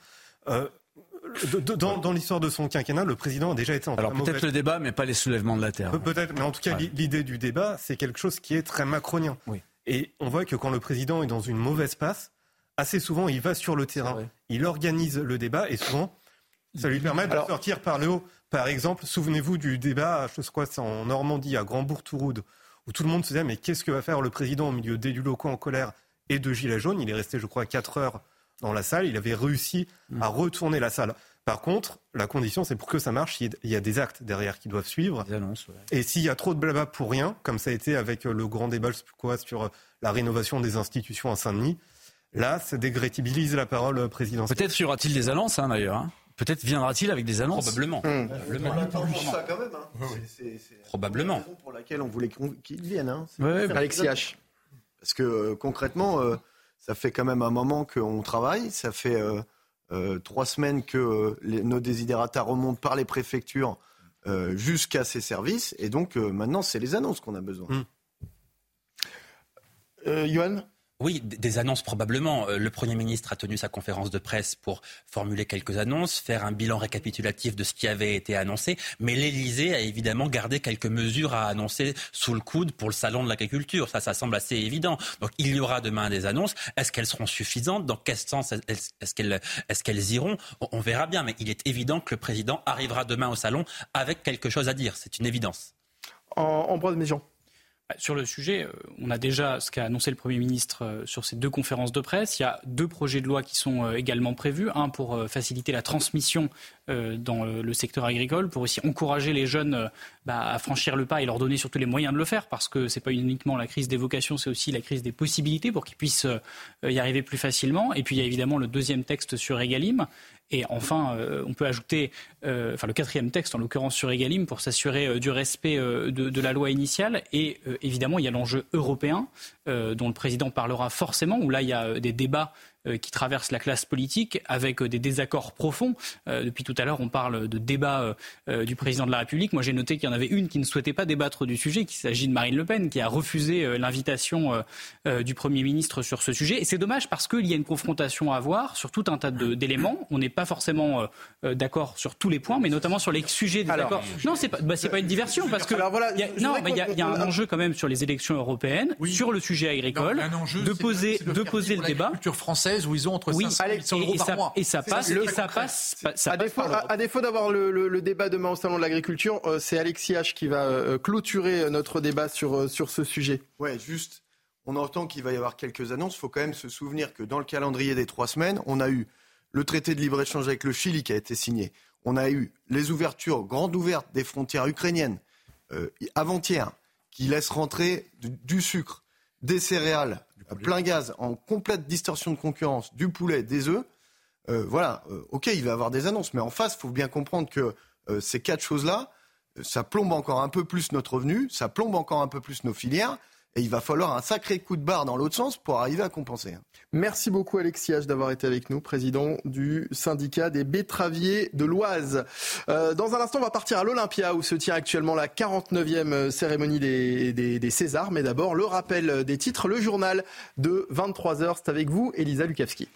Dans l'histoire de son quinquennat, le président a déjà été en Alors peut-être le débat, mais pas les soulèvements de la terre. Peut-être, mais en tout cas, l'idée du débat, c'est quelque chose qui est très macronien. Oui. Et on voit que quand le président est dans une mauvaise passe, assez souvent, il va sur le terrain, il organise le débat, et souvent, ça lui permet de sortir par le haut. Par exemple, souvenez-vous du débat, je crois c'est en Normandie, à Grand-Bourg-Touroud, où tout le monde se disait, mais qu'est-ce que va faire le président au milieu d'élus locaux en colère et de gilets jaunes ? Il est resté, je crois, 4 heures dans la salle, il avait réussi à retourner la salle. Par contre, la condition, c'est pour que ça marche, il y a des actes derrière qui doivent suivre. Des annonces, ouais. Et s'il y a trop de blabla pour rien, comme ça a été avec le grand débat sur la rénovation des institutions à Saint-Denis, là, ça décrédibilise la parole présidentielle. Peut-être y aura-t-il des annonces, d'ailleurs. Hein. Peut-être viendra-t-il avec des annonces. Probablement. On attend ça quand même. Probablement. C'est la raison pour laquelle on voulait qu'il vienne. Hein. Alexis H. Parce que concrètement, ça fait quand même un moment qu'on travaille. Ça fait 3 semaines que nos désidérata remontent par les préfectures jusqu'à ces services. Et donc maintenant, c'est les annonces qu'on a besoin. Yoann ? Oui, des annonces probablement. Le Premier ministre a tenu sa conférence de presse pour formuler quelques annonces, faire un bilan récapitulatif de ce qui avait été annoncé. Mais l'Élysée a évidemment gardé quelques mesures à annoncer sous le coude pour le salon de l'agriculture. Ça semble assez évident. Donc il y aura demain des annonces. Est-ce qu'elles seront suffisantes ? Dans quel sens est-ce qu'elles iront ? On verra bien. Mais il est évident que le président arrivera demain au salon avec quelque chose à dire. C'est une évidence. Ambroise Méjean. Sur le sujet, on a déjà ce qu'a annoncé le Premier ministre sur ces 2 conférences de presse. Il y a 2 projets de loi qui sont également prévus. Un pour faciliter la transmission dans le secteur agricole, pour aussi encourager les jeunes à franchir le pas et leur donner surtout les moyens de le faire, parce que c'est pas uniquement la crise des vocations, c'est aussi la crise des possibilités pour qu'ils puissent y arriver plus facilement. Et puis il y a évidemment le 2e texte sur Egalim. Et enfin, on peut ajouter le 4e texte, en l'occurrence sur Egalim, pour s'assurer du respect de la loi initiale. Et évidemment, il y a l'enjeu européen, dont le président parlera forcément, où là, il y a des débats qui traversent la classe politique avec des désaccords profonds. Depuis tout à l'heure, on parle de débat du président de la République. Moi, j'ai noté qu'il y en avait une qui ne souhaitait pas débattre du sujet, qu'il s'agit de Marine Le Pen, qui a refusé l'invitation du Premier ministre sur ce sujet. Et c'est dommage parce qu'il y a une confrontation à avoir sur tout un tas d'éléments. On n'est pas forcément d'accord sur tous les points, mais notamment sur les sujets des accords. Non, c'est pas une diversion, parce que il y a un enjeu quand même sur les élections européennes, sur le sujet agricole, de poser le débat. Culture française où ils ont entre 500 et 800 euros par mois. Et ça passe. À défaut d'avoir le débat demain au Salon de l'Agriculture, c'est Alexis H qui va clôturer notre débat sur ce sujet. Ouais, juste, on entend qu'il va y avoir quelques annonces. Il faut quand même se souvenir que dans le calendrier des 3 semaines, on a eu le traité de libre-échange avec le Chili qui a été signé. On a eu les ouvertures grandes ouvertes des frontières ukrainiennes avant-hier, qui laissent rentrer du sucre, des céréales, plein gaz, en complète distorsion de concurrence, du poulet, des œufs. Ok, il va y avoir des annonces, mais en face, il faut bien comprendre que ces 4 choses-là, ça plombe encore un peu plus notre revenu, ça plombe encore un peu plus nos filières, et il va falloir un sacré coup de barre dans l'autre sens pour arriver à compenser. Merci beaucoup Alexis H d'avoir été avec nous, président du syndicat des betteraviers de l'Oise. Dans un instant, on va partir à l'Olympia où se tient actuellement la 49e cérémonie des Césars. Mais d'abord, le rappel des titres, le journal de 23h. C'est avec vous, Elisa Lukavski.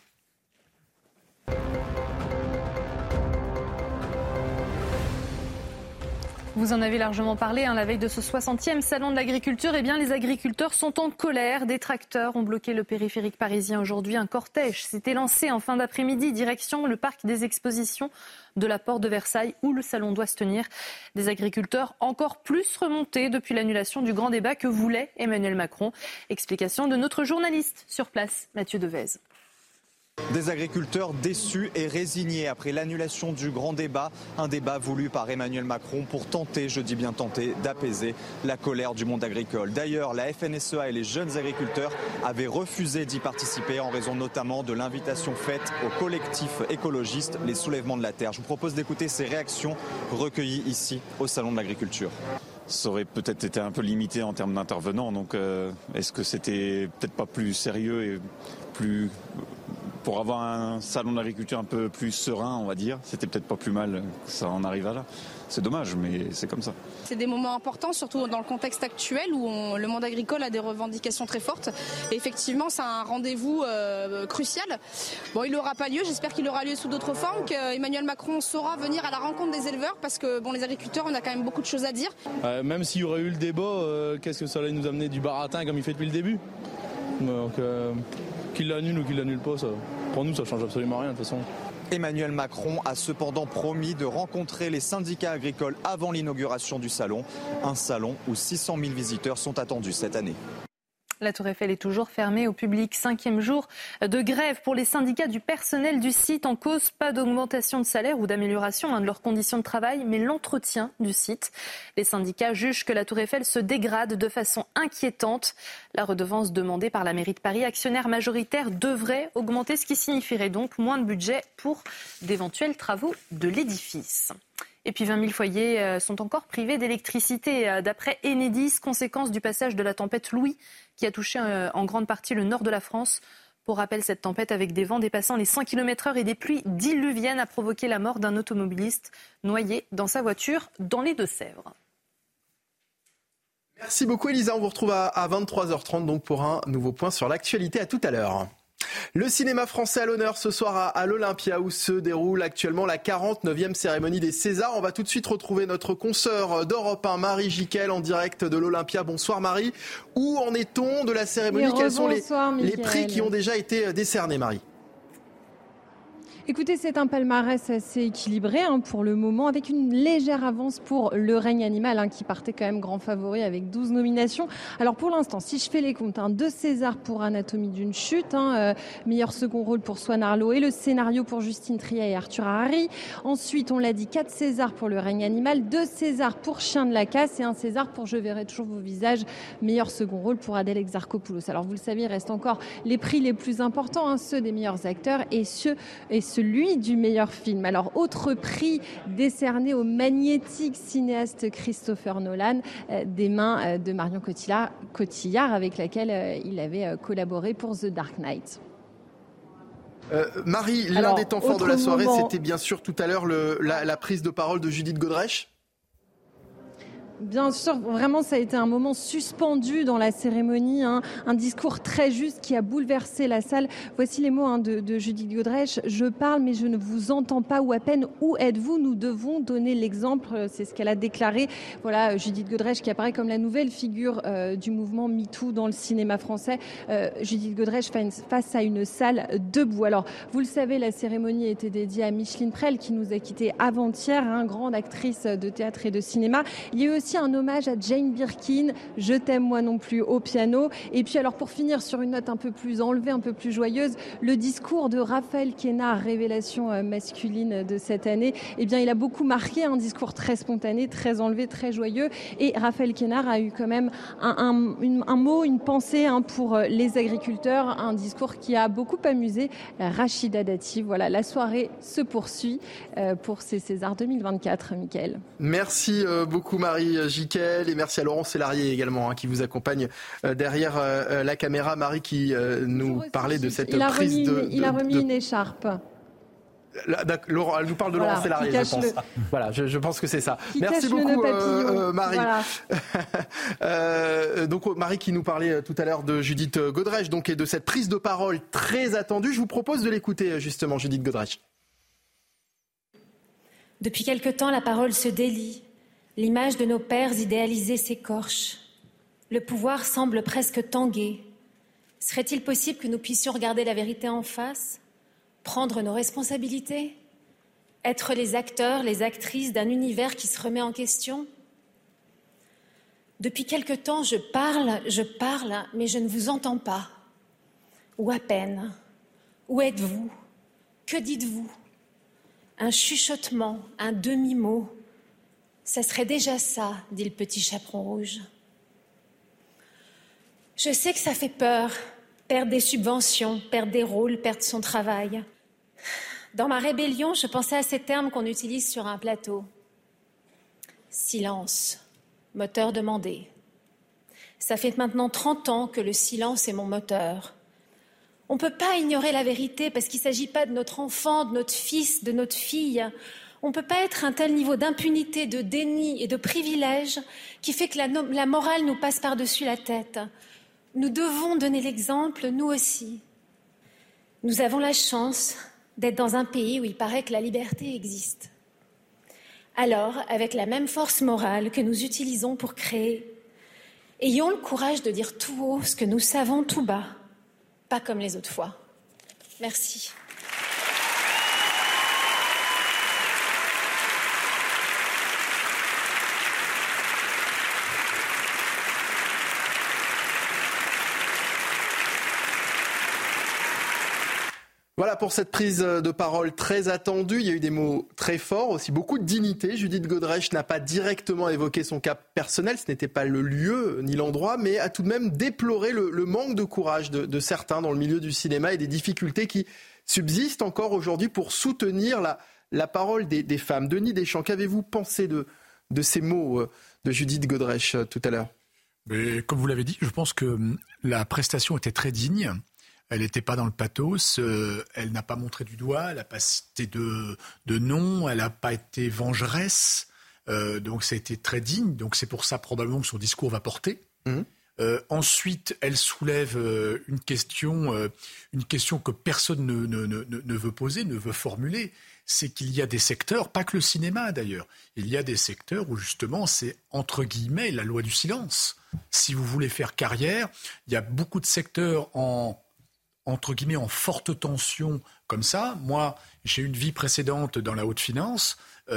Vous en avez largement parlé la veille de ce 60e salon de l'agriculture. Eh bien, les agriculteurs sont en colère. Des tracteurs ont bloqué le périphérique parisien aujourd'hui. Un cortège s'était lancé en fin d'après-midi, direction le parc des expositions de la Porte de Versailles où le salon doit se tenir. Des agriculteurs encore plus remontés depuis l'annulation du grand débat que voulait Emmanuel Macron. Explication de notre journaliste sur place, Mathieu Devez. Des agriculteurs déçus et résignés après l'annulation du grand débat, un débat voulu par Emmanuel Macron pour tenter, je dis bien tenter, d'apaiser la colère du monde agricole. D'ailleurs, la FNSEA et les jeunes agriculteurs avaient refusé d'y participer en raison notamment de l'invitation faite au collectif écologiste Les Soulèvements de la Terre. Je vous propose d'écouter ces réactions recueillies ici au Salon de l'Agriculture. Ça aurait peut-être été un peu limité en termes d'intervenants, donc est-ce que c'était peut-être pas plus sérieux et plus... Pour avoir un salon de l'agriculture un peu plus serein, on va dire, c'était peut-être pas plus mal que ça en arrive à là. C'est dommage, mais c'est comme ça. C'est des moments importants, surtout dans le contexte actuel où le monde agricole a des revendications très fortes. Et effectivement, c'est un rendez-vous crucial. Bon, il n'aura pas lieu, j'espère qu'il aura lieu sous d'autres formes, qu'Emmanuel Macron saura venir à la rencontre des éleveurs, parce que bon, les agriculteurs, on a quand même beaucoup de choses à dire. Même s'il y aurait eu le débat, qu'est-ce que ça allait nous amener, du baratin comme il fait depuis le début? Donc, qu'il l'annule ou qu'il l'annule pas, ça, pour nous, ça change absolument rien de toute façon. Emmanuel Macron a cependant promis de rencontrer les syndicats agricoles avant l'inauguration du salon. Un salon où 600 000 visiteurs sont attendus cette année. La Tour Eiffel est toujours fermée au public. 5e jour de grève pour les syndicats du personnel du site. En cause, pas d'augmentation de salaire ou d'amélioration de leurs conditions de travail, mais l'entretien du site. Les syndicats jugent que la Tour Eiffel se dégrade de façon inquiétante. La redevance demandée par la mairie de Paris, actionnaire majoritaire, devrait augmenter, ce qui signifierait donc moins de budget pour d'éventuels travaux de l'édifice. Et puis 20 000 foyers sont encore privés d'électricité. D'après Enedis, conséquence du passage de la tempête Louis qui a touché en grande partie le nord de la France. Pour rappel, cette tempête avec des vents dépassant les 100 km/h et des pluies diluviennes a provoqué la mort d'un automobiliste noyé dans sa voiture dans les Deux-Sèvres. Merci beaucoup Elisa, on vous retrouve à 23h30 donc pour un nouveau point sur l'actualité. À tout à l'heure. Le cinéma français à l'honneur ce soir à l'Olympia où se déroule actuellement la 49e cérémonie des Césars. On va tout de suite retrouver notre consoeur d'Europe 1, Marie Jiquel, en direct de l'Olympia. Bonsoir Marie. Où en est-on de la cérémonie ? Quels sont les prix qui ont déjà été décernés, Marie ? Écoutez, c'est un palmarès assez équilibré pour le moment, avec une légère avance pour Le règne animal qui partait quand même grand favori avec 12 nominations. Alors pour l'instant, si je fais les comptes, 2 Césars pour Anatomie d'une chute, meilleur second rôle pour Swan Arlo et le scénario pour Justine Triet et Arthur Harary. Ensuite, on l'a dit, 4 Césars pour Le règne animal, 2 Césars pour Chien de la casse et 1 César pour Je verrai toujours vos visages, meilleur second rôle pour Adèle Exarchopoulos. Alors vous le savez, il reste encore les prix les plus importants, ceux des meilleurs acteurs et celui du meilleur film. Alors, autre prix décerné au magnétique cinéaste Christopher Nolan des mains de Marion Cotillard avec laquelle il avait collaboré pour The Dark Knight. Marie, l'un des temps forts de la soirée, c'était bien sûr tout à l'heure la prise de parole de Judith Godrèche. Bien sûr, vraiment, ça a été un moment suspendu dans la cérémonie, un discours très juste qui a bouleversé la salle. Voici les mots de Judith Godrèche. « Je parle, mais je ne vous entends pas ou à peine. Où êtes-vous ? Nous devons donner l'exemple. » C'est ce qu'elle a déclaré. Voilà, Judith Godrèche qui apparaît comme la nouvelle figure du mouvement MeToo dans le cinéma français. Judith Godrèche face à une salle debout. Alors, vous le savez, la cérémonie était dédiée à Micheline Prel qui nous a quittés avant-hier, grande actrice de théâtre et de cinéma. Il y a eu aussi un hommage à Jane Birkin, Je t'aime moi non plus au piano. Et puis alors pour finir sur une note un peu plus enlevée, un peu plus joyeuse, le discours de Raphaël Quénard, révélation masculine de cette année, eh bien il a beaucoup marqué, un discours très spontané, très enlevé, très joyeux. Et Raphaël Quénard a eu quand même un mot, une pensée pour les agriculteurs, un discours qui a beaucoup amusé Rachida Dati. Voilà, la soirée se poursuit pour ces Césars 2024, Mickaël. Merci beaucoup Marie Jiquel et merci à Laurent Sélarié également qui vous accompagne derrière la caméra. Marie qui nous parlait de cette prise Il a remis une écharpe. Laurent, elle nous parle de Laurent Sélarié, je pense. Voilà, je pense que c'est ça. Merci beaucoup, Marie. Voilà. Donc Marie qui nous parlait tout à l'heure de Judith Godrèche, donc et de cette prise de parole très attendue. Je vous propose de l'écouter justement, Judith Godrèche. Depuis quelque temps, la parole se délie. L'image de nos pères idéalisés s'écorche. Le pouvoir semble presque tanguer. Serait-il possible que nous puissions regarder la vérité en face, prendre nos responsabilités, être les acteurs, les actrices d'un univers qui se remet en question ? Depuis quelque temps, je parle, mais je ne vous entends pas. Ou à peine. Où êtes-vous ? Que dites-vous ? Un chuchotement, un demi-mot. Ça serait déjà ça, dit le petit chaperon rouge. Je sais que ça fait peur, perdre des subventions, perdre des rôles, perdre son travail. Dans ma rébellion, je pensais à ces termes qu'on utilise sur un plateau. Silence, moteur demandé. Ça fait maintenant 30 ans que le silence est mon moteur. On ne peut pas ignorer la vérité parce qu'il ne s'agit pas de notre enfant, de notre fils, de notre fille. On ne peut pas être à un tel niveau d'impunité, de déni et de privilège qui fait que la morale nous passe par-dessus la tête. Nous devons donner l'exemple, nous aussi. Nous avons la chance d'être dans un pays où il paraît que la liberté existe. Alors, avec la même force morale que nous utilisons pour créer, ayons le courage de dire tout haut ce que nous savons tout bas, pas comme les autres fois. Merci. Voilà pour cette prise de parole très attendue. Il y a eu des mots très forts, aussi beaucoup de dignité. Judith Godrèche n'a pas directement évoqué son cas personnel, ce n'était pas le lieu ni l'endroit, mais a tout de même déploré le manque de courage de certains dans le milieu du cinéma et des difficultés qui subsistent encore aujourd'hui pour soutenir la parole des femmes. Denis Deschamps, qu'avez-vous pensé de ces mots de Judith Godrèche tout à l'heure ? Mais comme vous l'avez dit, je pense que la prestation était très digne. Elle n'était pas dans le pathos, elle n'a pas montré du doigt, elle n'a pas cité de nom, elle n'a pas été vengeresse, donc ça a été très digne, donc c'est pour ça probablement que son discours va porter. Ensuite, elle soulève une question que personne ne veut poser, ne veut formuler, c'est qu'il y a des secteurs, pas que le cinéma d'ailleurs, il y a des secteurs où justement c'est entre guillemets la loi du silence. Si vous voulez faire carrière, il y a beaucoup de secteurs entre guillemets en forte tension comme ça. Moi, j'ai une vie précédente dans la haute finance.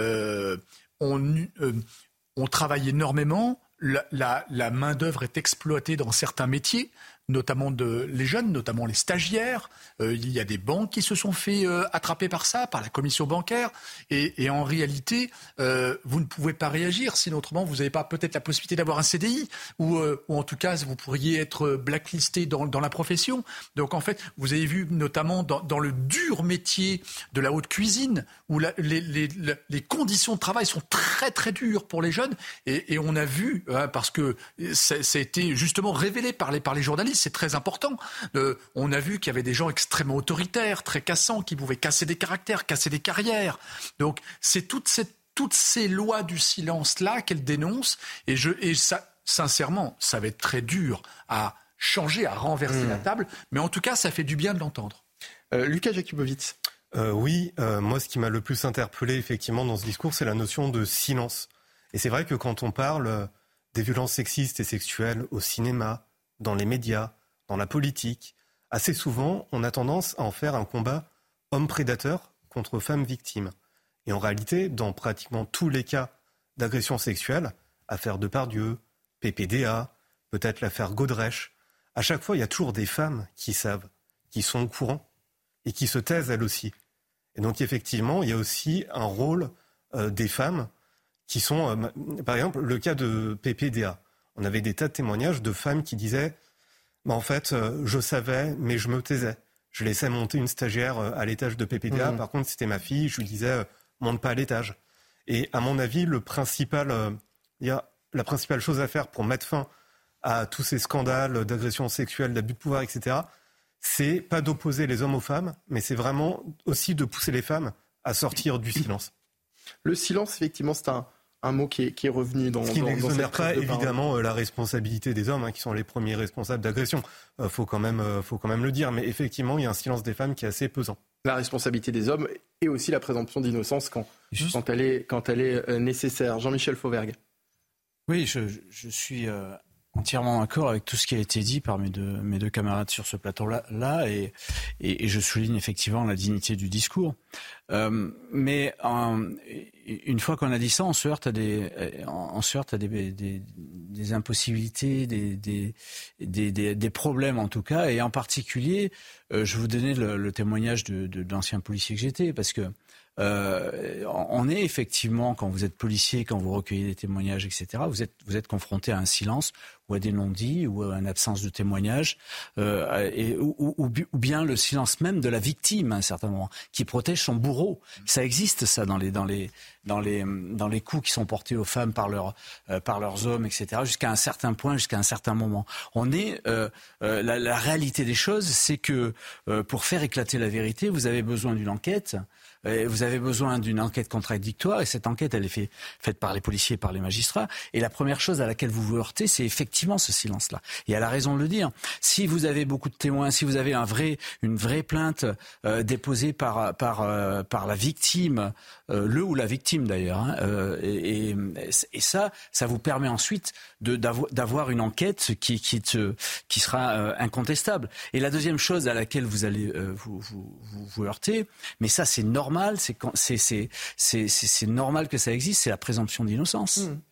On travaille énormément. La main-d'œuvre est exploitée dans certains métiers, notamment les jeunes, notamment les stagiaires. Il y a des banques qui se sont fait attraper par ça, par la commission bancaire. Et en réalité, vous ne pouvez pas réagir, sinon autrement, vous n'avez pas peut-être la possibilité d'avoir un CDI, ou en tout cas, vous pourriez être blacklisté dans la profession. Donc en fait, vous avez vu notamment dans le dur métier de la haute cuisine, où les conditions de travail sont très très dures pour les jeunes. Et on a vu, parce que ça a été justement révélé par les journalistes, c'est très important. On a vu qu'il y avait des gens extrêmement autoritaires, très cassants, qui pouvaient casser des caractères, casser des carrières. Donc c'est toutes ces lois du silence-là qu'elle dénonce. Et ça, sincèrement, ça va être très dur à changer, à renverser la table. Mais en tout cas, ça fait du bien de l'entendre. Lucas Jakubowicz. Oui, moi, ce qui m'a le plus interpellé, effectivement, dans ce discours, c'est la notion de silence. Et c'est vrai que quand on parle des violences sexistes et sexuelles au cinéma, dans les médias, dans la politique, assez souvent, on a tendance à en faire un combat homme-prédateur contre femme victime. Et en réalité, dans pratiquement tous les cas d'agression sexuelle, affaire Depardieu, PPDA, peut-être l'affaire Godrèche, à chaque fois, il y a toujours des femmes qui savent, qui sont au courant et qui se taisent elles aussi. Et donc, effectivement, il y a aussi un rôle des femmes qui sont, par exemple, le cas de PPDA. On avait des tas de témoignages de femmes qui disaient en fait, je savais, mais je me taisais. Je laissais monter une stagiaire à l'étage de PPDA. Par contre, c'était ma fille. Je lui disais, monte pas à l'étage. Et à mon avis, la principale chose à faire pour mettre fin à tous ces scandales d'agression sexuelle, d'abus de pouvoir, etc., c'est pas d'opposer les hommes aux femmes, mais c'est vraiment aussi de pousser les femmes à sortir du silence. Le silence, effectivement, c'est un mot qui est revenu dans cette prise de parole. Ce qui n'exonère pas, évidemment, la responsabilité des hommes, qui sont les premiers responsables d'agression. Faut quand même le dire. Mais effectivement, il y a un silence des femmes qui est assez pesant. La responsabilité des hommes et aussi la présomption d'innocence quand elle est nécessaire. Jean-Michel Fauvergue. Oui, je suis entièrement d'accord avec tout ce qui a été dit par mes deux camarades sur ce plateau-là et je souligne effectivement la dignité du discours. Mais une fois qu'on a dit ça, on se heurte à des impossibilités, des problèmes en tout cas, et en particulier, je vous donnais le témoignage d'anciens policiers que j'étais, parce que on est effectivement, quand vous êtes policier, quand vous recueillez des témoignages, etc., vous êtes confronté à un silence ou à des non-dits ou à une absence de témoignage, ou bien le silence même de la victime à un certain moment, qui protège son bourreau. Ça existe, ça, dans les coups qui sont portés aux femmes par leurs hommes, etc., jusqu'à un certain point, jusqu'à un certain moment. La réalité des choses, c'est que pour faire éclater la vérité, vous avez besoin d'une enquête. Vous avez besoin d'une enquête contradictoire, et cette enquête, elle est faite par les policiers, par les magistrats. Et la première chose à laquelle vous vous heurtez, c'est effectivement ce silence-là. Et elle a raison de le dire. Si vous avez beaucoup de témoins, si vous avez une vraie plainte déposée par la victime, le ou la victime d'ailleurs, et ça vous permet ensuite d'avoir une enquête qui sera incontestable. Et la deuxième chose à laquelle vous allez vous heurter, mais ça c'est normal, c'est normal que ça existe, c'est la présomption d'innocence.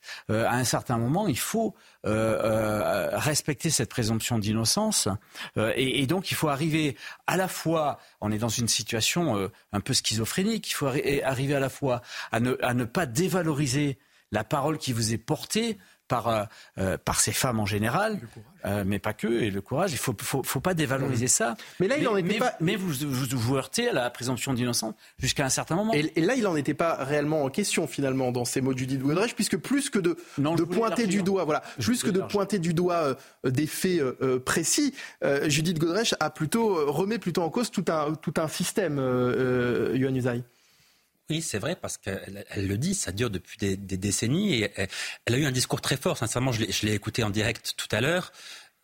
à un certain moment, il faut respecter cette présomption d'innocence. Et donc, il faut arriver à la fois, on est dans une situation un peu schizophrénique, il faut arriver à la fois à ne pas dévaloriser la parole qui vous est portée par ces femmes en général, mais pas que, et le courage. Il faut pas dévaloriser ça. Mais là, il en était pas. Mais vous heurtez à la présomption d'innocence jusqu'à un certain moment. Et là, il n'en était pas réellement en question finalement dans ces mots de Judith Godrèche, puisque plus que de pointer du doigt, pointer du doigt des faits précis, Judith Godrèche remet plutôt en cause tout un système. Yohann Usaï. Oui, c'est vrai, parce qu'elle le dit, ça dure depuis des décennies, et elle a eu un discours très fort. Sincèrement, je l'ai écouté en direct tout à l'heure.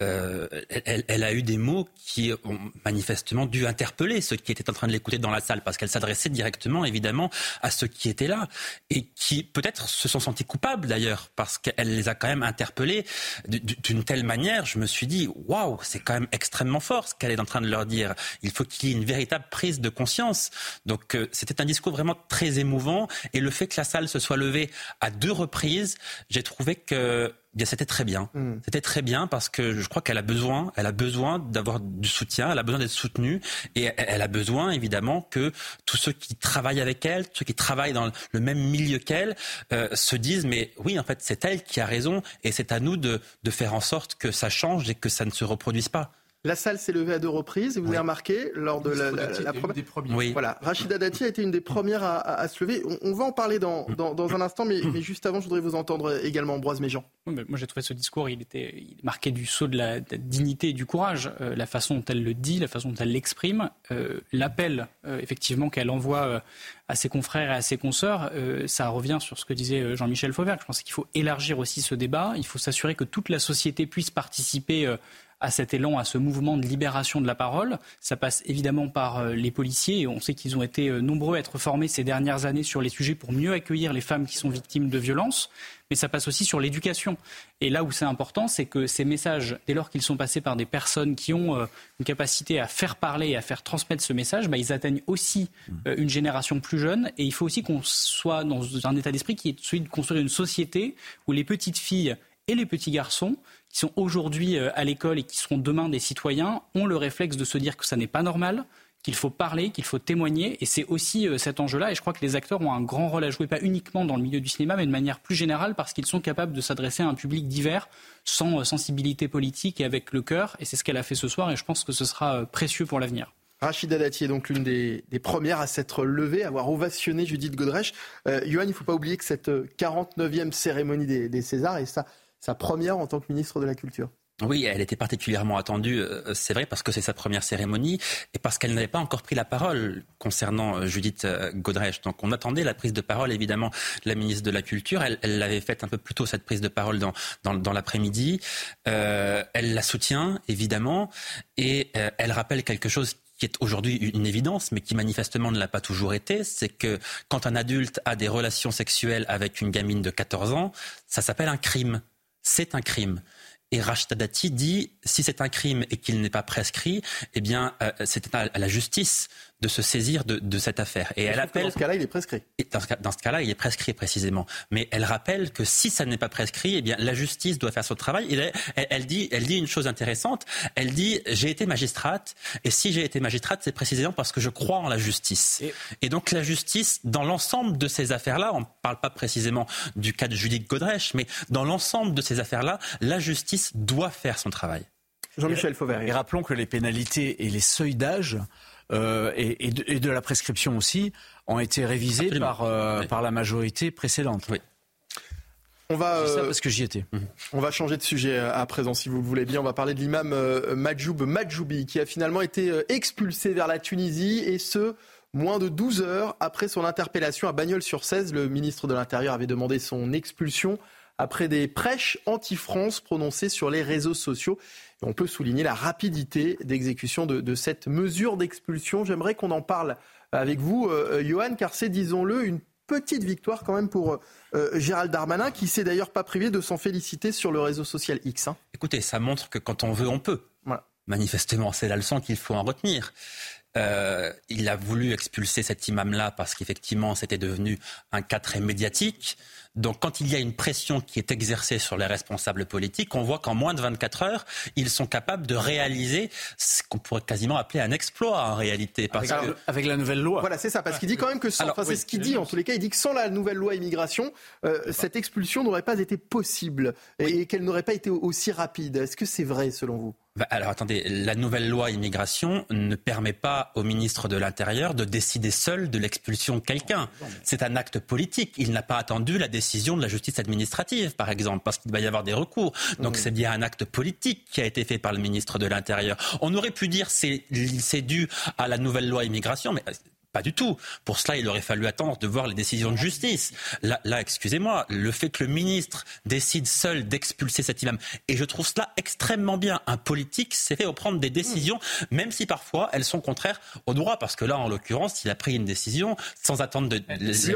Elle a eu des mots qui ont manifestement dû interpeller ceux qui étaient en train de l'écouter dans la salle, parce qu'elle s'adressait directement, évidemment, à ceux qui étaient là et qui peut-être se sont sentis coupables d'ailleurs, parce qu'elle les a quand même interpellés d'une telle manière. Je me suis dit, waouh, c'est quand même extrêmement fort ce qu'elle est en train de leur dire. Il faut qu'il y ait une véritable prise de conscience. Donc c'était un discours vraiment très émouvant, et le fait que la salle se soit levée à 2 reprises, j'ai trouvé que bien, c'était très bien. C'était très bien, parce que je crois qu'elle a besoin d'avoir du soutien, elle a besoin d'être soutenue, et elle a besoin évidemment que tous ceux qui travaillent avec elle, ceux qui travaillent dans le même milieu qu'elle, se disent mais oui, en fait c'est elle qui a raison, et c'est à nous de faire en sorte que ça change et que ça ne se reproduise pas. La salle s'est levée à 2 reprises, et vous avez remarqué, lors de la première. Oui. Voilà, Rachida Dati a été une des premières à se lever. On va en parler dans un instant, mais juste avant, je voudrais vous entendre également, Ambroise Méjean. Moi, j'ai trouvé ce discours, il marquait du sceau de la dignité et du courage. La façon dont elle le dit, la façon dont elle l'exprime, l'appel, effectivement, qu'elle envoie à ses confrères et à ses consoeurs, ça revient sur ce que disait Jean-Michel Fauvergue. Je pense qu'il faut élargir aussi ce débat. Il faut s'assurer que toute la société puisse participer à cet élan, à ce mouvement de libération de la parole. Ça passe évidemment par les policiers, et on sait qu'ils ont été nombreux à être formés ces dernières années sur les sujets pour mieux accueillir les femmes qui sont victimes de violences, mais ça passe aussi sur l'éducation. Et là où c'est important, c'est que ces messages, dès lors qu'ils sont passés par des personnes qui ont une capacité à faire parler et à faire transmettre ce message, ils atteignent aussi une génération plus jeune, et il faut aussi qu'on soit dans un état d'esprit qui est celui de construire une société où les petites filles et les petits garçons qui sont aujourd'hui à l'école et qui seront demain des citoyens ont le réflexe de se dire que ça n'est pas normal, qu'il faut parler, qu'il faut témoigner. Et c'est aussi cet enjeu-là. Et je crois que les acteurs ont un grand rôle à jouer, pas uniquement dans le milieu du cinéma, mais de manière plus générale, parce qu'ils sont capables de s'adresser à un public divers, sans sensibilité politique et avec le cœur. Et c'est ce qu'elle a fait ce soir, et je pense que ce sera précieux pour l'avenir. Rachida Dati est donc l'une des premières à s'être levée, à avoir ovationné Judith Godrèche. Yohann, il ne faut pas oublier que cette 49e cérémonie des Césars est sa première en tant que ministre de la Culture. Oui, elle était particulièrement attendue, c'est vrai, parce que c'est sa première cérémonie et parce qu'elle n'avait pas encore pris la parole concernant Judith Godrèche. Donc on attendait la prise de parole, évidemment, de la ministre de la Culture. Elle l'avait faite un peu plus tôt, cette prise de parole, dans l'après-midi. Elle la soutient, évidemment, et elle rappelle quelque chose qui est aujourd'hui une évidence, mais qui manifestement ne l'a pas toujours été, c'est que quand un adulte a des relations sexuelles avec une gamine de 14 ans, ça s'appelle un crime. C'est un crime. Et Rachida Dati dit, si c'est un crime et qu'il n'est pas prescrit, eh bien, c'est à la justice de se saisir de cette affaire. Et elle appelle. Dans ce cas-là, il est prescrit. Dans ce cas-là, il est prescrit précisément. Mais elle rappelle que si ça n'est pas prescrit, eh bien, la justice doit faire son travail. Et elle dit une chose intéressante. Elle dit, j'ai été magistrate, et si j'ai été magistrate, c'est précisément parce que je crois en la justice. Et donc la justice, dans l'ensemble de ces affaires-là, on ne parle pas précisément du cas de Judith Godrèche, mais dans l'ensemble de ces affaires-là, la justice doit faire son travail. Jean-Michel Fauvergue. Et rappelons que les pénalités et les seuils d'âge et de la prescription aussi ont été révisés par la majorité précédente. Oui. On va, ça parce que j'y étais. On va changer de sujet à présent, si vous le voulez bien. On va parler de l'imam Majoub Majoubi, qui a finalement été expulsé vers la Tunisie, et ce, moins de 12 heures après son interpellation à Bagnols-sur-Cèze. Le ministre de l'Intérieur avait demandé son expulsion après des prêches anti-France prononcées sur les réseaux sociaux. Et on peut souligner la rapidité d'exécution de cette mesure d'expulsion. J'aimerais qu'on en parle avec vous, Yohann, car c'est, disons-le, une petite victoire quand même pour Gérald Darmanin, qui s'est d'ailleurs pas privé de s'en féliciter sur le réseau social X. Écoutez, ça montre que quand on veut, on peut. Voilà. Manifestement, c'est la leçon qu'il faut en retenir. Il a voulu expulser cet imam-là parce qu'effectivement, c'était devenu un cas très médiatique. Donc quand il y a une pression qui est exercée sur les responsables politiques, on voit qu'en moins de 24 heures, ils sont capables de réaliser ce qu'on pourrait quasiment appeler un exploit en réalité. Avec la nouvelle loi. Voilà, c'est ça, parce qu'il dit quand même que c'est ce qu'il dit en tous les cas, il dit que sans la nouvelle loi immigration, cette expulsion n'aurait pas été possible et qu'elle n'aurait pas été aussi rapide. Est-ce que c'est vrai selon vous ? Alors attendez, la nouvelle loi immigration ne permet pas au ministre de l'Intérieur de décider seul de l'expulsion de quelqu'un. C'est un acte politique. Il n'a pas attendu la décision de la justice administrative, par exemple, parce qu'il va y avoir des recours. Donc c'est bien un acte politique qui a été fait par le ministre de l'Intérieur. On aurait pu dire c'est dû à la nouvelle loi immigration, mais pas du tout. Pour cela, il aurait fallu attendre de voir les décisions de justice. Là, excusez-moi, le fait que le ministre décide seul d'expulser cet imam, et je trouve cela extrêmement bien. Un politique s'est fait prendre des décisions, même si parfois elles sont contraires au droit, parce que là, en l'occurrence, il a pris une décision sans attendre de... Lui,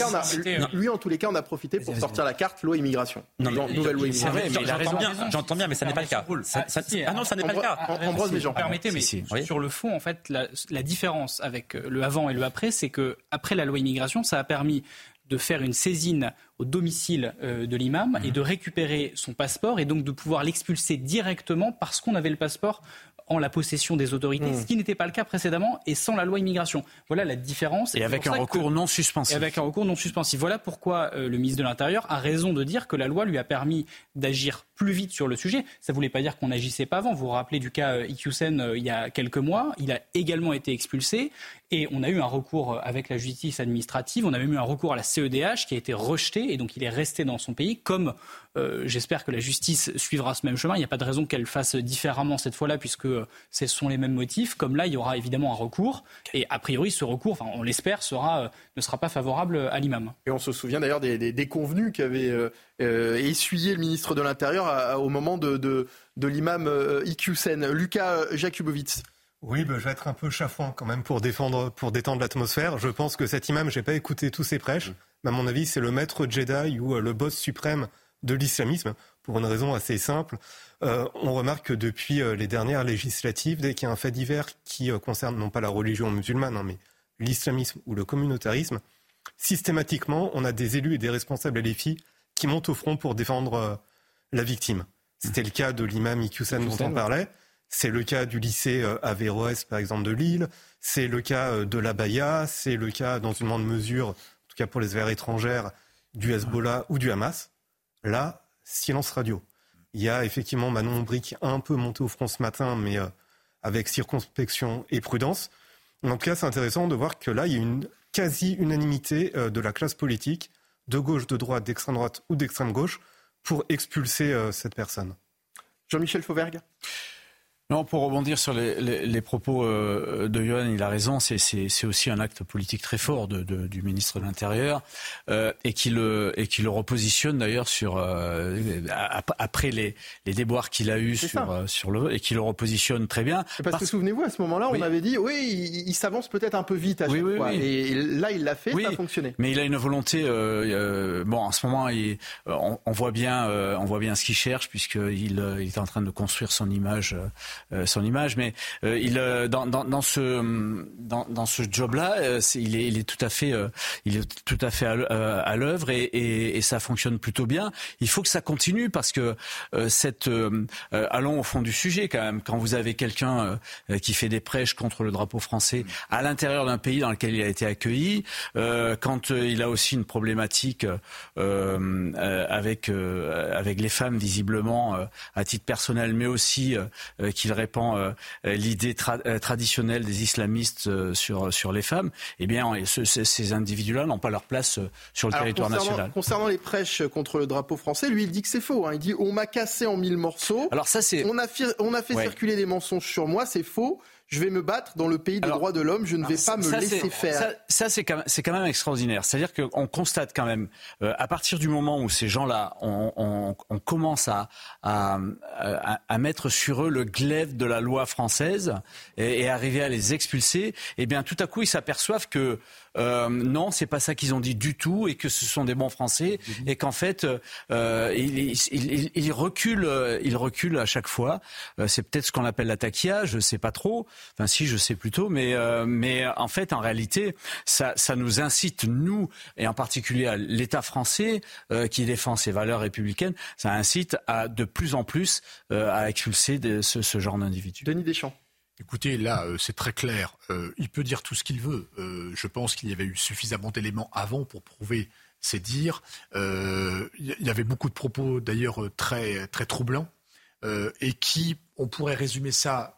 en tous les cas, on a profité pour sortir la carte loi immigration. Nouvelle loi immigration. J'entends bien, mais ça n'est pas le cas. Non, ça n'est pas le cas. Ambroise Méjean. Permettez, mais sur le fond, en fait, la différence avec le avant et le après, c'est que après la loi immigration, ça a permis de faire une saisine au domicile de l'imam et de récupérer son passeport et donc de pouvoir l'expulser directement parce qu'on avait le passeport en la possession des autorités, ce qui n'était pas le cas précédemment et sans la loi immigration. Voilà la différence. Et avec un recours non suspensif. Et avec un recours non suspensif. Voilà pourquoi le ministre de l'Intérieur a raison de dire que la loi lui a permis d'agir plus vite sur le sujet. Ça ne voulait pas dire qu'on n'agissait pas avant. Vous vous rappelez du cas Iqiyoussen il y a quelques mois. Il a également été expulsé et on a eu un recours avec la justice administrative. On a même eu un recours à la CEDH qui a été rejeté et donc il est resté dans son pays. Comme j'espère que la justice suivra ce même chemin. Il n'y a pas de raison qu'elle fasse différemment cette fois-là puisque ce sont les mêmes motifs. Comme là, il y aura évidemment un recours et a priori ce recours, on l'espère, ne sera pas favorable à l'imam. Et on se souvient d'ailleurs des déconvenus qu'avait essuyé le ministre de l'Intérieur au moment de l'imam Iqiyoussen. Lucas Jakubowicz. Oui, je vais être un peu chafouin quand même pour détendre l'atmosphère. Je pense que cet imam, j'ai pas écouté tous ses prêches, mais à mon avis, c'est le maître Jedi ou le boss suprême de l'islamisme, pour une raison assez simple. On remarque que depuis les dernières législatives, dès qu'il y a un fait divers qui concerne non pas la religion musulmane, mais l'islamisme ou le communautarisme, systématiquement, on a des élus et des responsables LFI qui montent au front pour défendre la victime. C'était le cas de l'imam Iqiyoussen dont on parlait. C'est le cas du lycée Averroès, par exemple, de Lille. C'est le cas de l'Abaya. C'est le cas, dans une moindre mesure, en tout cas pour les affaires étrangères, du Hezbollah ou du Hamas. Là, silence radio. Il y a effectivement Manon Aubry qui a un peu monté au front ce matin, mais avec circonspection et prudence. En tout cas, c'est intéressant de voir que là, il y a une quasi-unanimité de la classe politique, de gauche, de droite, d'extrême droite ou d'extrême gauche, pour expulser cette personne. Jean-Michel Fauvergue. Non, pour rebondir sur les propos de Yohann, il a raison, c'est aussi un acte politique très fort du ministre de l'Intérieur et qui le repositionne d'ailleurs sur après les déboires qu'il a eus sur le et qui le repositionne très bien. Parce que souvenez-vous, à ce moment-là, on avait dit il s'avance peut-être un peu vite à chaque fois. Oui. Et là, il l'a fait, ça a fonctionné. Mais il a une volonté. En ce moment, on voit bien ce qu'il cherche puisqu'il est en train de construire son image. Mais dans ce job-là, il est tout à fait à l'œuvre et ça fonctionne plutôt bien. Il faut que ça continue parce que allons au fond du sujet quand même. Quand vous avez quelqu'un qui fait des prêches contre le drapeau français à l'intérieur d'un pays dans lequel il a été accueilli, quand il a aussi une problématique avec les femmes visiblement à titre personnel, mais aussi qu'il répand l'idée traditionnelle des islamistes sur les femmes, eh bien, ces individus-là n'ont pas leur place sur le territoire national. Concernant les prêches contre le drapeau français, lui, il dit que c'est faux. Il dit on m'a cassé en 1000 morceaux. Alors ça, on a fait circuler des mensonges sur moi, c'est faux. Je vais me battre dans le pays des droits de l'homme, je ne vais pas me laisser faire. Ça, c'est quand même extraordinaire. C'est-à-dire qu'on constate quand même, à partir du moment où ces gens-là, on commence à mettre sur eux le glaive de la loi française et arriver à les expulser, eh bien, tout à coup, ils s'aperçoivent que non, c'est pas ça qu'ils ont dit du tout, et que ce sont des bons Français, et qu'en fait, ils reculent à chaque fois. C'est peut-être ce qu'on appelle la taquilla, je sais pas trop. Enfin, si, je sais plutôt, mais en fait, en réalité, ça nous incite, nous, et en particulier à l'État français, qui défend ses valeurs républicaines, ça incite de plus en plus à expulser ce genre d'individus. Denis Deschamps. Écoutez, là, c'est très clair. Il peut dire tout ce qu'il veut. Je pense qu'il y avait eu suffisamment d'éléments avant pour prouver ses dires. Il y avait beaucoup de propos, d'ailleurs, très, très troublants, et qui, on pourrait résumer ça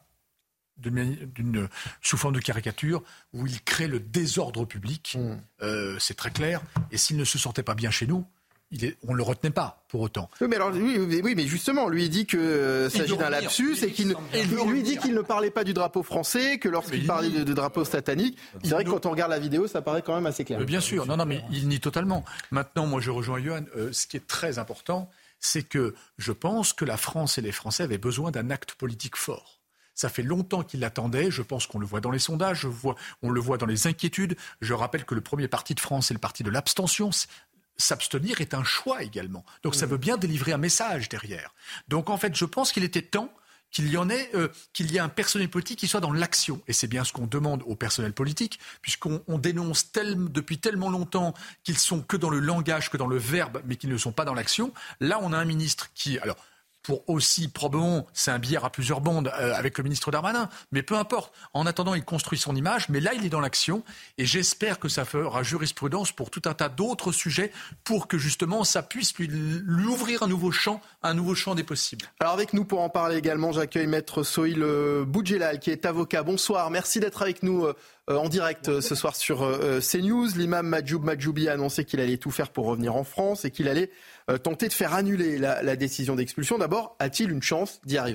sous forme de caricature, où il crée le désordre public. C'est très clair. Et s'il ne se sentait pas bien chez nous, on ne le retenait pas pour autant. Oui, mais justement, lui il dit que s'agit d'un lapsus et lui dit qu'il ne parlait pas du drapeau français, que lorsqu'il parlait de drapeau satanique, c'est vrai que quand on regarde la vidéo, ça paraît quand même assez clair. Bien sûr, non, mais il nie totalement. Maintenant, moi je rejoins Johan, ce qui est très important, c'est que je pense que la France et les Français avaient besoin d'un acte politique fort. Ça fait longtemps qu'ils l'attendaient, je pense qu'on le voit dans les sondages, on le voit dans les inquiétudes. Je rappelle que le premier parti de France, c'est le parti de l'abstention. S'abstenir est un choix également. Donc ça veut bien délivrer un message derrière. Donc en fait, je pense qu'il était temps qu'il y ait un personnel politique qui soit dans l'action. Et c'est bien ce qu'on demande au personnel politique, puisqu'on dénonce depuis tellement longtemps qu'ils sont que dans le langage, que dans le verbe, mais qu'ils ne sont pas dans l'action. Là, on a un ministre qui... Alors, pour aussi, probablement, c'est un billard à plusieurs bandes avec le ministre Darmanin, mais peu importe. En attendant, il construit son image, mais là, il est dans l'action, et j'espère que ça fera jurisprudence pour tout un tas d'autres sujets, pour que justement, ça puisse lui ouvrir un nouveau champ des possibles. Alors avec nous pour en parler également, j'accueille Maître Sohail Boudjelal, qui est avocat. Bonsoir, merci d'être avec nous en direct ce soir sur CNews. L'imam Majoub Majoubi a annoncé qu'il allait tout faire pour revenir en France et qu'il allait tenter de faire annuler la décision d'expulsion. D'abord, a-t-il une chance d'y arriver ?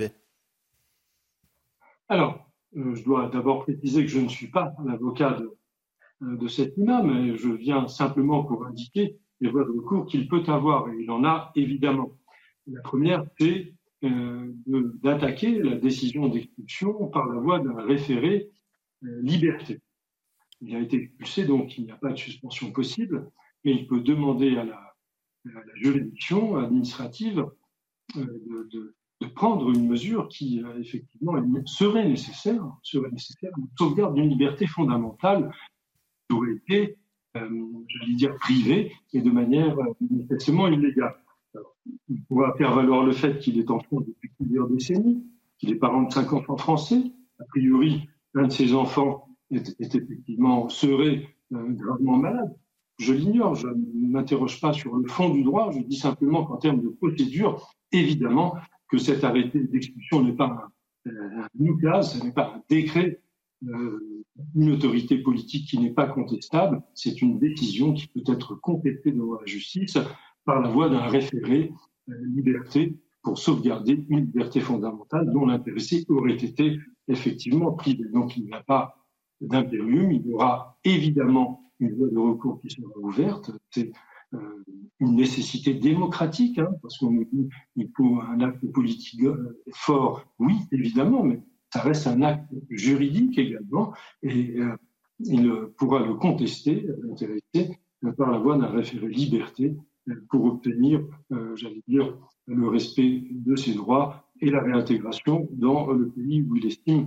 Alors, je dois d'abord préciser que je ne suis pas l'avocat de cet imam, mais je viens simplement pour indiquer les voies de recours qu'il peut avoir, et il en a évidemment. La première, c'est d'attaquer la décision d'expulsion par la voie d'un référé liberté. Il a été expulsé, donc il n'y a pas de suspension possible, mais il peut demander à la juridiction administrative de prendre une mesure qui, effectivement, serait nécessaire, une sauvegarde d'une liberté fondamentale qui aurait été, j'allais dire, privée et de manière manifestement illégale. Alors, il pourra faire valoir le fait qu'il est en France depuis plusieurs décennies, qu'il est parent de 5 enfants français. A priori, l'un de ses enfants serait gravement malade. Je l'ignore, je ne m'interroge pas sur le fond du droit, je dis simplement qu'en termes de procédure, évidemment que cet arrêté d'expulsion n'est pas un oukase, ce n'est pas un décret, une autorité politique qui n'est pas contestable, c'est une décision qui peut être contestée devant la justice par la voie d'un référé liberté pour sauvegarder une liberté fondamentale dont l'intéressé aurait été effectivement privé. Donc il n'y a pas d'impérium, il y aura évidemment une voie de recours qui sera ouverte. C'est une nécessité démocratique, parce qu'on nous dit qu'il faut un acte politique fort, oui, évidemment, mais ça reste un acte juridique également, et il pourra le contester, l'intéressé, par la voie d'un référé liberté pour obtenir, j'allais dire, le respect de ses droits et la réintégration dans le pays où il estime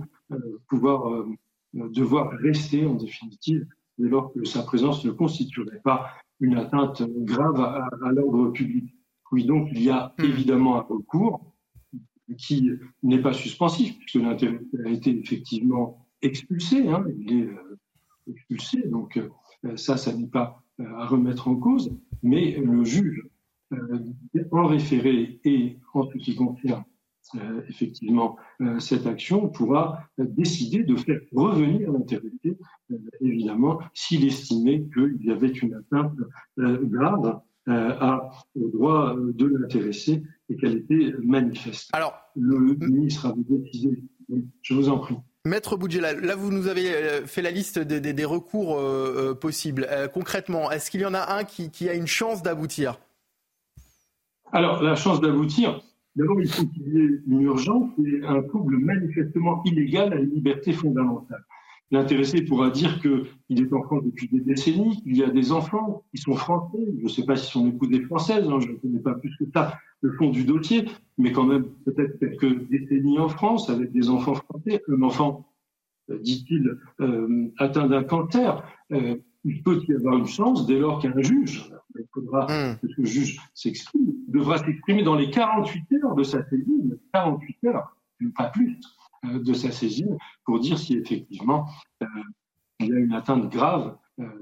devoir rester en définitive, dès lors que sa présence ne constituerait pas une atteinte grave à l'ordre public. Oui, donc il y a évidemment un recours qui n'est pas suspensif, puisque l'intéressé a été effectivement expulsé, il est expulsé, donc ça n'est pas à remettre en cause, mais le juge, en référé et en ce qui concerne effectivement cette action, pourra décider de faire revenir l'intéressé, évidemment, s'il estimait qu'il y avait une atteinte grave au droit de l'intéressé et qu'elle était manifeste. Alors, le ministre avait décidé, je vous en prie. Maître Boudjelal, là vous nous avez fait la liste des recours possibles. Concrètement, est-ce qu'il y en a un qui a une chance d'aboutir ? Alors, la chance d'aboutir, d'abord il faut qu'il y ait une urgence et un trouble manifestement illégal à une liberté fondamentale. L'intéressé pourra dire qu'il est en France depuis des décennies, qu'il y a des enfants qui sont français. Je ne sais pas si son épouse est française, je ne connais pas plus que ça le fond du dossier, mais quand même peut-être quelques décennies en France avec des enfants français. Un enfant, dit-il, atteint d'un cancer, il peut y avoir une chance dès lors qu'un juge, il faudra que ce juge s'exprime, devra s'exprimer dans les 48 heures de sa saisine, 48 heures, pas plus, de sa saisine, pour dire si effectivement il y a une atteinte grave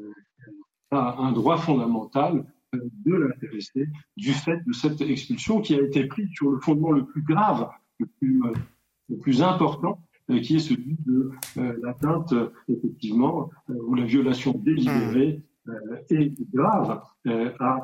à un droit fondamental de l'intéressé du fait de cette expulsion qui a été prise sur le fondement le plus grave, le plus important, qui est celui de l'atteinte, effectivement, ou la violation délibérée et grave à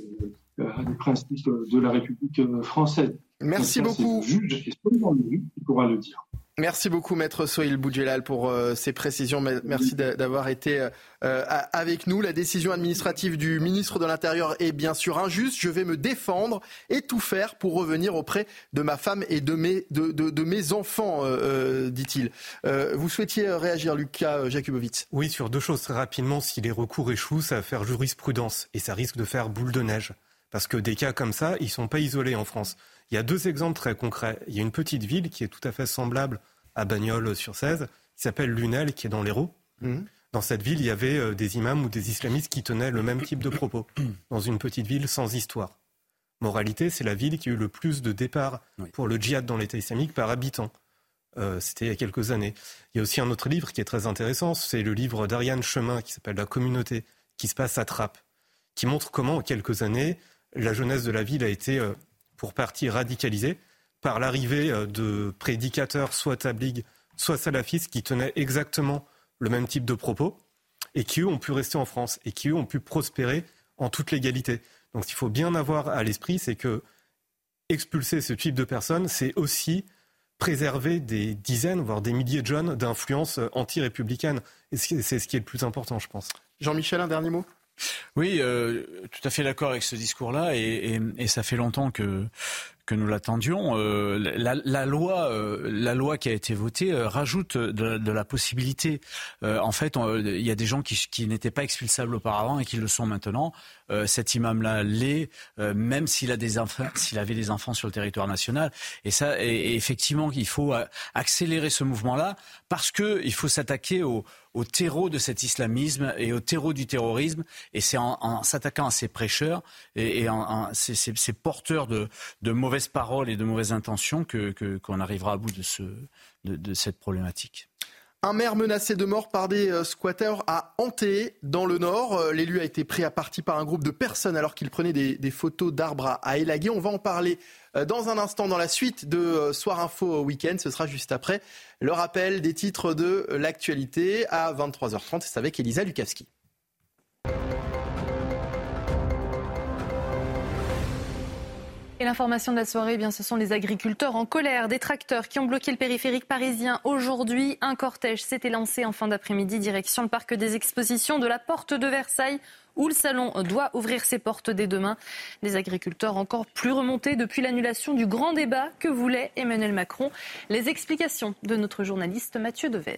des principes de la République française. Merci beaucoup. C'est le juge et seulement le juge qui pourra le dire. Merci beaucoup, Maître Sohail Boudjelal, pour ces précisions. Merci d'avoir été avec nous. La décision administrative du ministre de l'Intérieur est bien sûr injuste. Je vais me défendre et tout faire pour revenir auprès de ma femme et de mes enfants, dit-il. Vous souhaitiez réagir, Lucas Jakubowicz ? Oui, sur deux choses très rapidement. Si les recours échouent, ça va faire jurisprudence et ça risque de faire boule de neige. Parce que des cas comme ça, ils ne sont pas isolés en France. Il y a deux exemples très concrets. Il y a une petite ville qui est tout à fait semblable à Bagnols-sur-Cèze, qui s'appelle Lunel, qui est dans l'Hérault. Dans cette ville, il y avait des imams ou des islamistes qui tenaient le même type de propos, dans une petite ville sans histoire. Moralité, c'est la ville qui a eu le plus de départs pour le djihad dans l'État islamique par habitant. C'était il y a quelques années. Il y a aussi un autre livre qui est très intéressant, c'est le livre d'Ariane Chemin, qui s'appelle « La communauté », qui se passe à Trappes, qui montre comment, en quelques années, la jeunesse de la ville a été, pour partie, radicalisée par l'arrivée de prédicateurs, soit tabligh, soit salafistes, qui tenaient exactement le même type de propos, et qui, eux, ont pu rester en France, et qui, eux, ont pu prospérer en toute légalité. Donc, ce qu'il faut bien avoir à l'esprit, c'est que expulser ce type de personnes, c'est aussi préserver des dizaines, voire des milliers de jeunes d'influence anti-républicaine. Et c'est ce qui est le plus important, je pense. Jean-Michel, un dernier mot ? Oui, tout à fait d'accord avec ce discours-là, et ça fait longtemps que nous l'attendions. La loi qui a été votée rajoute de la possibilité. En fait, il y a des gens qui n'étaient pas expulsables auparavant et qui le sont maintenant. Cet imam-là l'est, même s'il avait des enfants sur le territoire national. Et effectivement, il faut accélérer ce mouvement-là parce que il faut s'attaquer au terreau de cet islamisme et au terreau du terrorisme. Et c'est en s'attaquant à ces prêcheurs et ces porteurs de mauvaises paroles et de mauvaises intentions qu'on arrivera à bout de cette problématique. Un maire menacé de mort par des squatteurs à Hanté, dans le Nord. L'élu a été pris à partie par un groupe de personnes alors qu'il prenait des photos d'arbres à élaguer. On va en parler dans un instant dans la suite de Soir Info Week-end. Ce sera juste après le rappel des titres de l'actualité à 23h30. C'est avec Elisa Lukavski. Et l'information de la soirée, ce sont les agriculteurs en colère, des tracteurs qui ont bloqué le périphérique parisien. Aujourd'hui, un cortège s'était lancé en fin d'après-midi direction le parc des expositions de la Porte de Versailles, où le salon doit ouvrir ses portes dès demain. Des agriculteurs encore plus remontés depuis l'annulation du grand débat que voulait Emmanuel Macron. Les explications de notre journaliste Mathieu Devez.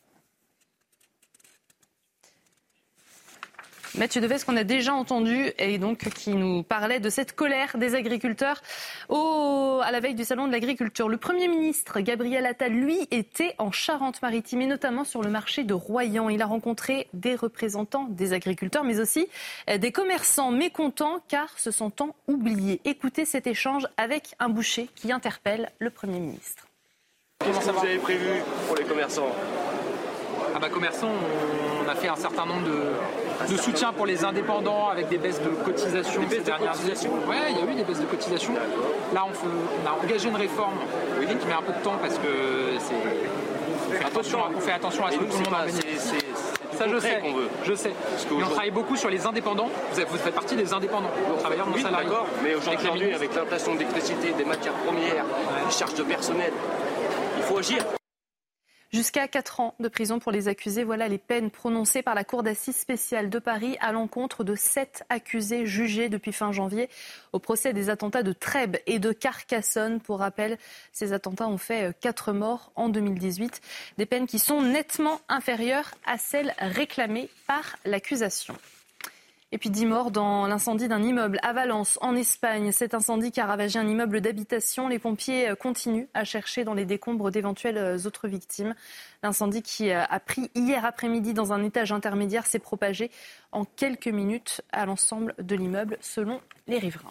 Mathieu Devez, qu'on a déjà entendu et donc qui nous parlait de cette colère des agriculteurs à la veille du salon de l'agriculture. Le Premier ministre Gabriel Attal, lui, était en Charente-Maritime et notamment sur le marché de Royan. Il a rencontré des représentants des agriculteurs mais aussi des commerçants mécontents car se sentant oubliés. Écoutez cet échange avec un boucher qui interpelle le Premier ministre. Qu'est-ce que vous avez prévu pour les commerçants ? Commerçants, on a fait un certain nombre de soutiens pour les indépendants avec des baisses de cotisations ces dernières années. Oui, il y a eu des baisses de cotisations. Là, on a engagé une réforme qui met un peu de temps parce que on fait attention à ce que tout le monde en bénéficie. Ça, je sais. Mais on travaille beaucoup sur les indépendants. Vous faites partie des indépendants, travailleurs non salariés. D'accord, mais aujourd'hui, avec l'inflation de l'électricité, des matières premières, des charges de personnel, il faut agir. Jusqu'à 4 ans de prison pour les accusés. Voilà les peines prononcées par la Cour d'assises spéciale de Paris à l'encontre de 7 accusés jugés depuis fin janvier au procès des attentats de Trèbes et de Carcassonne. Pour rappel, ces attentats ont fait 4 morts en 2018. Des peines qui sont nettement inférieures à celles réclamées par l'accusation. Et puis 10 morts dans l'incendie d'un immeuble à Valence, en Espagne. Cet incendie qui a ravagé un immeuble d'habitation. Les pompiers continuent à chercher dans les décombres d'éventuelles autres victimes. L'incendie qui a pris hier après-midi dans un étage intermédiaire s'est propagé en quelques minutes à l'ensemble de l'immeuble, selon les riverains.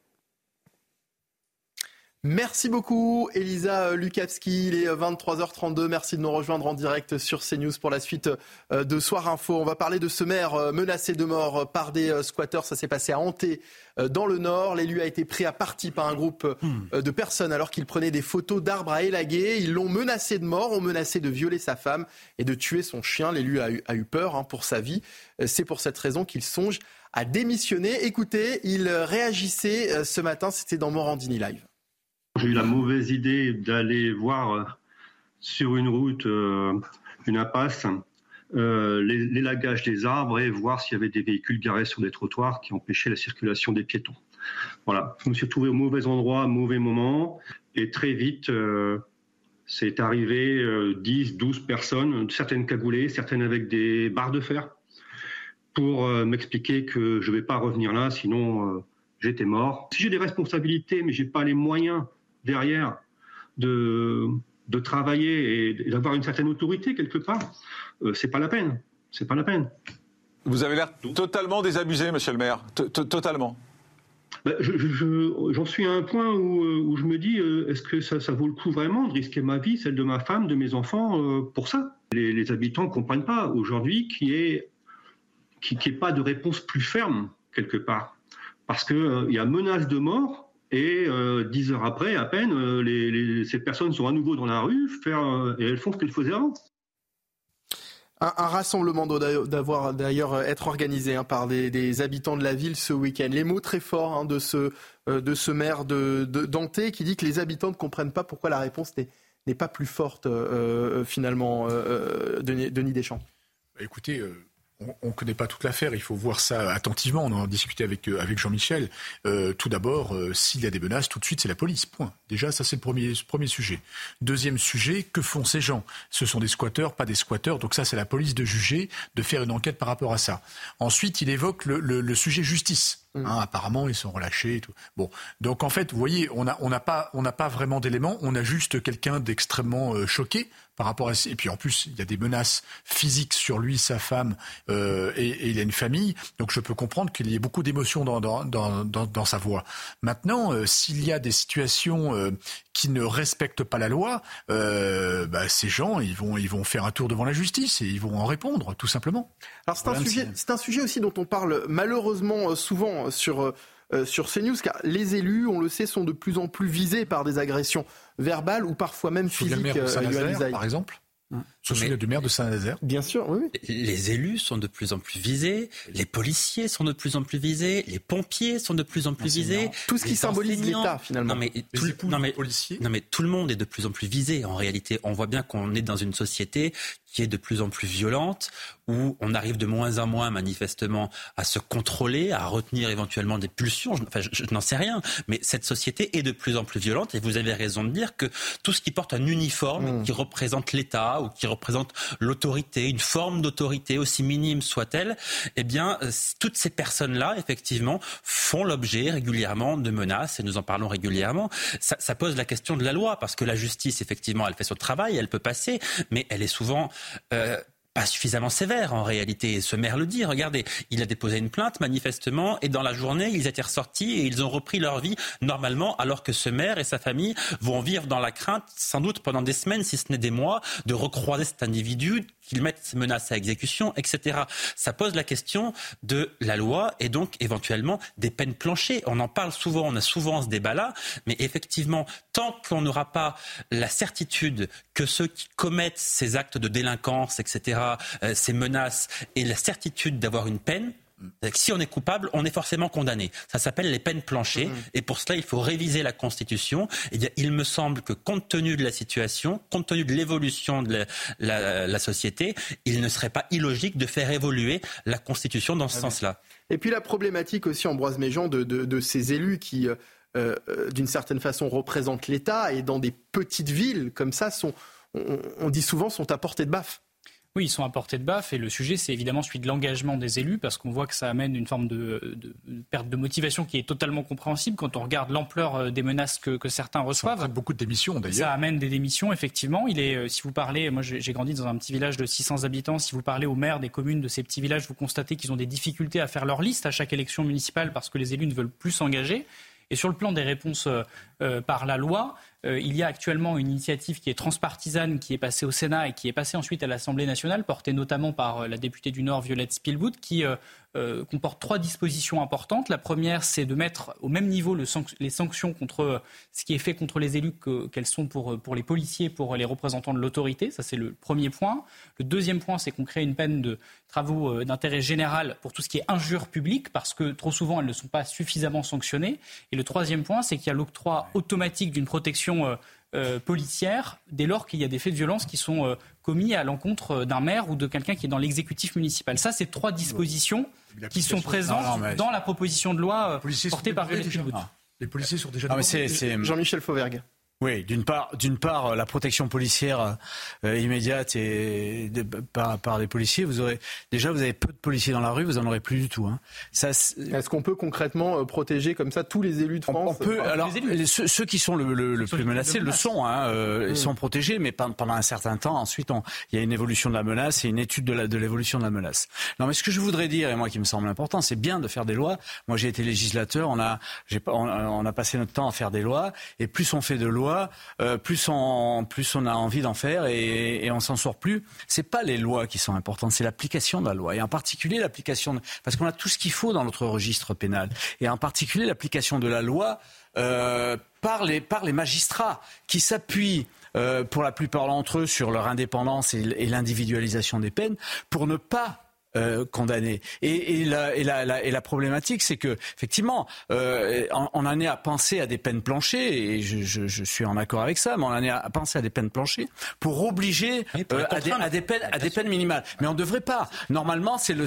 Merci beaucoup Elisa Lukavski, il est 23h32, merci de nous rejoindre en direct sur CNews pour la suite de Soir Info. On va parler de ce maire menacé de mort par des squatteurs, ça s'est passé à Hanté dans le Nord. L'élu a été pris à partie par un groupe de personnes alors qu'il prenait des photos d'arbres à élaguer. Ils l'ont menacé de mort, ont menacé de violer sa femme et de tuer son chien. L'élu a eu peur pour sa vie, c'est pour cette raison qu'il songe à démissionner. Écoutez, il réagissait ce matin, c'était dans Morandini Live. J'ai eu la mauvaise idée d'aller voir sur une route, une impasse, l'élagage des arbres et voir s'il y avait des véhicules garés sur des trottoirs qui empêchaient la circulation des piétons. Voilà, je me suis retrouvé au mauvais endroit, au mauvais moment et très vite, c'est arrivé 10, 12 personnes, certaines cagoulées, certaines avec des barres de fer pour m'expliquer que je ne vais pas revenir là, sinon j'étais mort. Si j'ai des responsabilités mais je n'ai pas les moyens derrière de travailler et d'avoir une certaine autorité quelque part, c'est pas la peine. C'est pas la peine. Vous avez l'air totalement désabusé, monsieur le maire. Totalement. J'en suis à un point où je me dis, est-ce que ça vaut le coup vraiment de risquer ma vie, celle de ma femme, de mes enfants, pour ça ? Les habitants ne comprennent pas aujourd'hui qu'il n'y ait pas de réponse plus ferme quelque part. Parce qu'il y a menace de mort. Et 10 heures après, à peine, ces personnes sont à nouveau dans la rue et elles font ce qu'elles faisaient avant. Un rassemblement doit d'ailleurs être organisé par des habitants de la ville ce week-end. Les mots très forts de ce maire d'Hanté qui dit que les habitants ne comprennent pas pourquoi la réponse n'est pas plus forte finalement, Denis Deschamps. Écoutez... On ne connaît pas toute l'affaire, il faut voir ça attentivement. On en a discuté avec Jean-Michel. Tout d'abord, s'il y a des menaces, tout de suite, c'est la police. Point. Déjà, ça, c'est le premier sujet. Deuxième sujet, que font ces gens ? Ce sont des squatteurs, pas des squatteurs. Donc ça, c'est la police de juger, de faire une enquête par rapport à ça. Ensuite, il évoque le sujet justice. Apparemment, ils sont relâchés et tout. Bon, donc en fait, vous voyez, on n'a pas vraiment d'éléments. On a juste quelqu'un d'extrêmement choqué par rapport à... Et puis en plus, il y a des menaces physiques sur lui, sa femme, et il a une famille. Donc je peux comprendre qu'il y ait beaucoup d'émotions dans sa voix. Maintenant, s'il y a des situations qui ne respectent pas la loi, ces gens, ils vont faire un tour devant la justice et ils vont en répondre, tout simplement. Alors c'est un sujet aussi dont on parle malheureusement souvent sur CNews, car les élus, on le sait, sont de plus en plus visés par des agressions verbales ou parfois même physiques. Le maire de Saint-Nazaire, par exemple. Je me souviens du maire de Saint-Nazaire. Bien sûr, oui. Les élus sont de plus en plus visés, les policiers sont de plus en plus visés, les pompiers sont de plus en plus visés. Tout ce qui symbolise l'État, finalement. Non, mais tout le monde est de plus en plus visé. En réalité, on voit bien qu'on est dans une société qui est de plus en plus violente, où on arrive de moins en moins manifestement à se contrôler, à retenir éventuellement des pulsions. Je n'en sais rien, mais cette société est de plus en plus violente et vous avez raison de dire que tout ce qui porte un uniforme, qui représente l'État ou qui représente l'autorité, une forme d'autorité aussi minime soit-elle, eh bien, toutes ces personnes-là, effectivement, font l'objet régulièrement de menaces et nous en parlons régulièrement. Ça pose la question de la loi parce que la justice, effectivement, elle fait son travail, elle peut passer, mais elle est souvent pas suffisamment sévère en réalité. Et ce maire le dit, regardez, il a déposé une plainte manifestement et dans la journée ils étaient ressortis et ils ont repris leur vie normalement alors que ce maire et sa famille vont vivre dans la crainte sans doute pendant des semaines si ce n'est des mois de recroiser cet individu, qu'il mette ses menaces à exécution, etc. Ça pose la question de la loi et donc éventuellement des peines planchées. On en parle souvent, on a souvent ce débat-là, mais effectivement, tant qu'on n'aura pas la certitude que ceux qui commettent ces actes de délinquance, etc., ces menaces, et la certitude d'avoir une peine, Si on est coupable, on est forcément condamné. Ça s'appelle les peines planchées. Et pour cela, il faut réviser la Constitution. Et il me semble que compte tenu de la situation, compte tenu de l'évolution de la société, il ne serait pas illogique de faire évoluer la Constitution dans ce sens-là. Et puis la problématique aussi, Ambroise Méjean, de ces élus qui, d'une certaine façon, représentent l'État et dans des petites villes comme ça, on dit souvent, sont à portée de baffe. Oui, ils sont à portée de baffe et le sujet, c'est évidemment celui de l'engagement des élus parce qu'on voit que ça amène une forme de perte de motivation qui est totalement compréhensible quand on regarde l'ampleur des menaces que certains reçoivent. Ça entraîne beaucoup de démissions d'ailleurs. Ça amène des démissions, effectivement. Si vous parlez, moi j'ai grandi dans un petit village de 600 habitants, si vous parlez aux maires des communes de ces petits villages, vous constatez qu'ils ont des difficultés à faire leur liste à chaque élection municipale parce que les élus ne veulent plus s'engager. Et sur le plan des réponses par la loi, il y a actuellement une initiative qui est transpartisane, qui est passée au Sénat et qui est passée ensuite à l'Assemblée nationale, portée notamment par la députée du Nord, Violette Spielbout, qui comporte 3 dispositions importantes. La première, c'est de mettre au même niveau les sanctions contre ce qui est fait contre les élus qu'elles sont pour les policiers, pour les représentants de l'autorité. Ça, c'est le premier point. Le deuxième point, c'est qu'on crée une peine de travaux d'intérêt général pour tout ce qui est injure publique, parce que trop souvent, elles ne sont pas suffisamment sanctionnées. Et le troisième point, c'est qu'il y a l'octroi automatique d'une protection policière dès lors qu'il y a des faits de violence qui sont commis à l'encontre d'un maire ou de quelqu'un qui est dans l'exécutif municipal. Ça, c'est 3 dispositions qui sont présentes dans la proposition de loi portée par Violette Spielbout. Les policiers sont déjà... Jean-Michel Fauvergue. Oui, d'une part, la protection policière immédiate et par les policiers. Vous avez peu de policiers dans la rue, vous en aurez plus du tout. Hein. Est-ce qu'on peut concrètement protéger comme ça tous les élus de France ? On peut. Alors, ceux qui sont le plus menacés le sont. Ils sont protégés, mais pendant un certain temps. Ensuite, il y a une évolution de la menace et une étude de l'évolution de la menace. Non, mais ce que je voudrais dire, et moi qui me semble important, c'est bien de faire des lois. Moi, j'ai été législateur. On a passé notre temps à faire des lois, et plus on fait de lois, plus on a envie d'en faire et on s'en sort plus. C'est pas les lois qui sont importantes, c'est l'application de la loi et en particulier parce qu'on a tout ce qu'il faut dans notre registre pénal et en particulier l'application de la loi par les magistrats qui s'appuient pour la plupart d'entre eux sur leur indépendance et l'individualisation des peines pour ne pas condamné. Et la problématique, c'est que effectivement, on en est à penser à des peines planchées, et je suis en accord avec ça, mais on en est à penser à des peines planchées pour obliger à des peines minimales. Mais on ne devrait pas. Normalement, c'est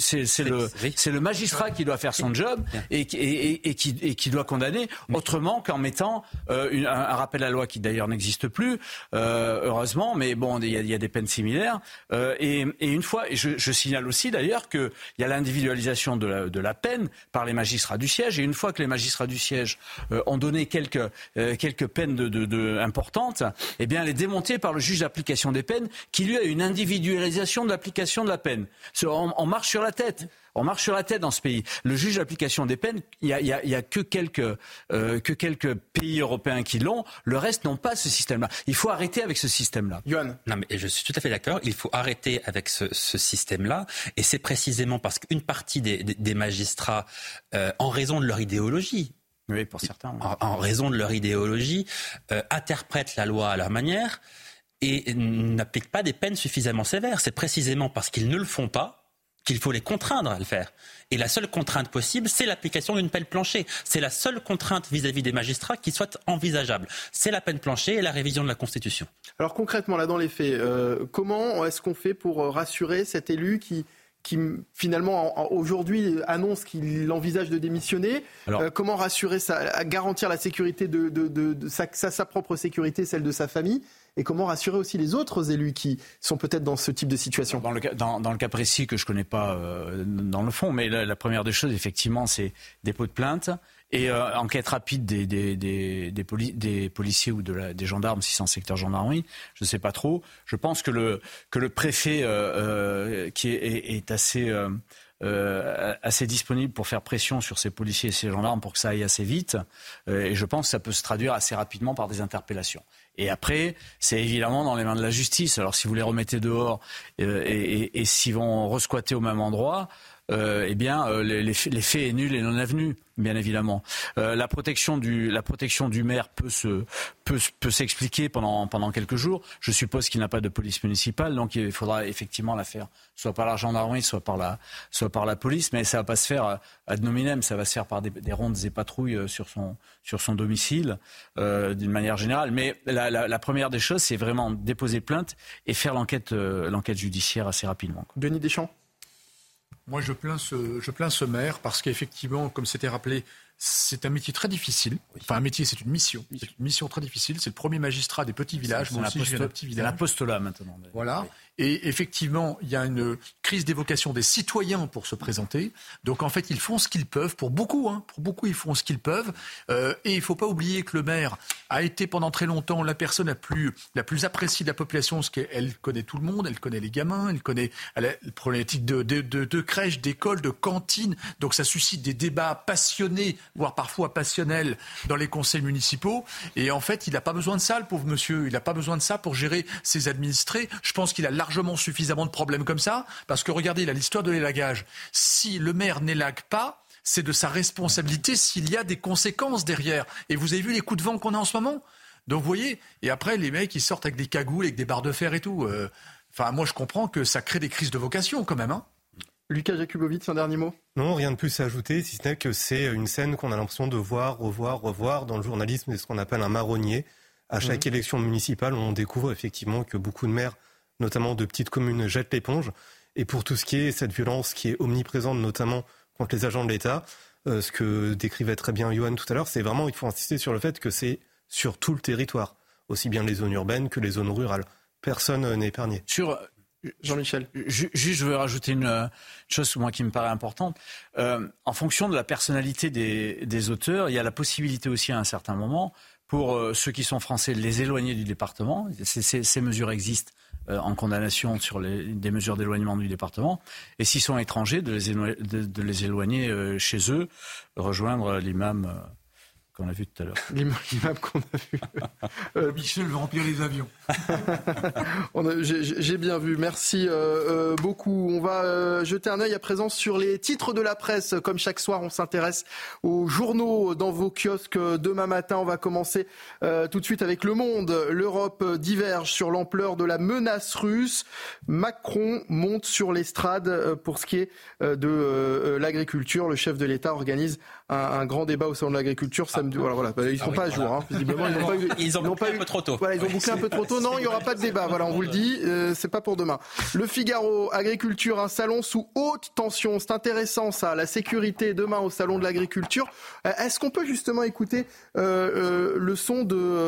le magistrat qui doit faire son job et qui doit condamner autrement qu'en mettant un rappel à la loi qui d'ailleurs n'existe plus, heureusement, mais bon, il y a des peines similaires. Et une fois, je signale aussi d'ailleurs qu'il y a l'individualisation de la peine par les magistrats du siège, et une fois que les magistrats du siège ont donné quelques peines importantes, eh bien elle est démontée par le juge d'application des peines qui lui a une individualisation de l'application de la peine. On marche sur la tête. On marche sur la tête dans ce pays. Le juge d'application des peines, il y a que quelques pays européens qui l'ont. Le reste n'ont pas ce système-là. Il faut arrêter avec ce système-là. Yohann. Non, mais je suis tout à fait d'accord. Il faut arrêter avec ce système-là. Et c'est précisément parce qu'une partie des magistrats, en raison de leur idéologie, oui, pour certains, oui. En raison de leur idéologie, interprètent la loi à leur manière et n'appliquent pas des peines suffisamment sévères. C'est précisément parce qu'ils ne le font pas qu'il faut les contraindre à le faire. Et la seule contrainte possible, c'est l'application d'une peine planchée. C'est la seule contrainte vis-à-vis des magistrats qui soit envisageable. C'est la peine planchée et la révision de la Constitution. Alors concrètement, là, dans les faits, comment est-ce qu'on fait pour rassurer cet élu qui finalement aujourd'hui annonce qu'il envisage de démissionner? Comment rassurer garantir la sécurité de sa propre sécurité, celle de sa famille? Et comment rassurer aussi les autres élus qui sont peut-être dans ce type de situation? Dans le cas précis que je ne connais pas dans le fond, mais la première des choses, effectivement, c'est dépôt de plainte et enquête rapide des policiers ou des gendarmes, si c'est en secteur gendarmerie, je ne sais pas trop. Je pense que le préfet qui est assez disponible pour faire pression sur ces policiers et ces gendarmes pour que ça aille assez vite. Et je pense que ça peut se traduire assez rapidement par des interpellations. Et après, c'est évidemment dans les mains de la justice. Alors si vous les remettez dehors et s'ils vont resquatter au même endroit, l'effet est nul et non avenu, bien évidemment. La protection du maire peut s'expliquer pendant quelques jours. Je suppose qu'il n'a pas de police municipale, donc il faudra effectivement la faire soit par la gendarmerie, soit par la police, mais ça va pas se faire ad nominem, ça va se faire par des rondes et patrouilles sur son domicile, d'une manière générale. Mais la première des choses, c'est vraiment déposer plainte et faire l'enquête judiciaire assez rapidement. Denis Deschamps. Moi, je plains ce maire parce qu'effectivement, comme c'était rappelé, c'est un métier très difficile. Enfin, un métier, c'est une mission. C'est une mission très difficile. C'est le premier magistrat des petits villages. Moi aussi, je viens d'un petit village. C'est l'apostolat maintenant. Voilà. Et effectivement, il y a une crise d'évocation des citoyens pour se présenter. Donc, en fait, ils font ce qu'ils peuvent. Pour beaucoup, ils font ce qu'ils peuvent. Et il ne faut pas oublier que le maire a été pendant très longtemps la personne la plus appréciée de la population, parce qu'elle connaît tout le monde, elle connaît les gamins, elle a la problématique de crèche, d'école, de cantine. Donc, ça suscite des débats passionnés, voire parfois passionnels, dans les conseils municipaux. Et en fait, il n'a pas besoin de ça, le pauvre monsieur. Il n'a pas besoin de ça pour gérer ses administrés. Je pense qu'il a largement suffisamment de problèmes comme ça, parce que regardez, il a l'histoire de l'élagage. Si le maire n'élague pas, c'est de sa responsabilité s'il y a des conséquences derrière. Et vous avez vu les coups de vent qu'on a en ce moment ? Donc vous voyez, et après les mecs ils sortent avec des cagoules, avec des barres de fer et tout. Enfin, moi je comprends que ça crée des crises de vocation quand même. Lucas Jakubowicz, un dernier mot ? Non, rien de plus à ajouter, si ce n'est que c'est une scène qu'on a l'impression de revoir dans le journalisme, c'est ce qu'on appelle un marronnier. À chaque élection municipale, on découvre effectivement que beaucoup de maires, notamment de petites communes, jettent l'éponge. Et pour tout ce qui est cette violence qui est omniprésente, notamment contre les agents de l'État, ce que décrivait très bien Johan tout à l'heure, c'est vraiment, il faut insister sur le fait que c'est sur tout le territoire, aussi bien les zones urbaines que les zones rurales. Personne n'est épargné. Jean-Michel. Juste, je veux rajouter une chose moi qui me paraît importante. En fonction de la personnalité des auteurs, il y a la possibilité aussi à un certain moment, pour ceux qui sont français, de les éloigner du département. Ces mesures existent en condamnation sur des mesures d'éloignement du département. Et s'ils sont étrangers, de les éloigner chez eux, rejoindre l'imam qu'on a vu tout à l'heure. L'imam qu'on a vu. Michel veut remplir les avions. J'ai bien vu. Merci beaucoup. On va jeter un œil à présent sur les titres de la presse. Comme chaque soir, on s'intéresse aux journaux dans vos kiosques. Demain matin, on va commencer tout de suite avec Le Monde. L'Europe diverge sur l'ampleur de la menace russe. Macron monte sur l'estrade pour ce qui est de l'agriculture. Le chef de l'État organise un grand débat au salon de l'agriculture samedi. Voilà. Ils ne sont pas à jour. Visiblement, ils ont bouclé un peu trop tôt. Voilà, ils ont bouclé un peu trop tôt. Non, il n'y aura pas de débat. Voilà, on vous le dit. C'est pas pour demain. Le Figaro, agriculture, un salon sous haute tension. C'est intéressant ça. La sécurité demain au salon de l'agriculture. Est-ce qu'on peut justement écouter le son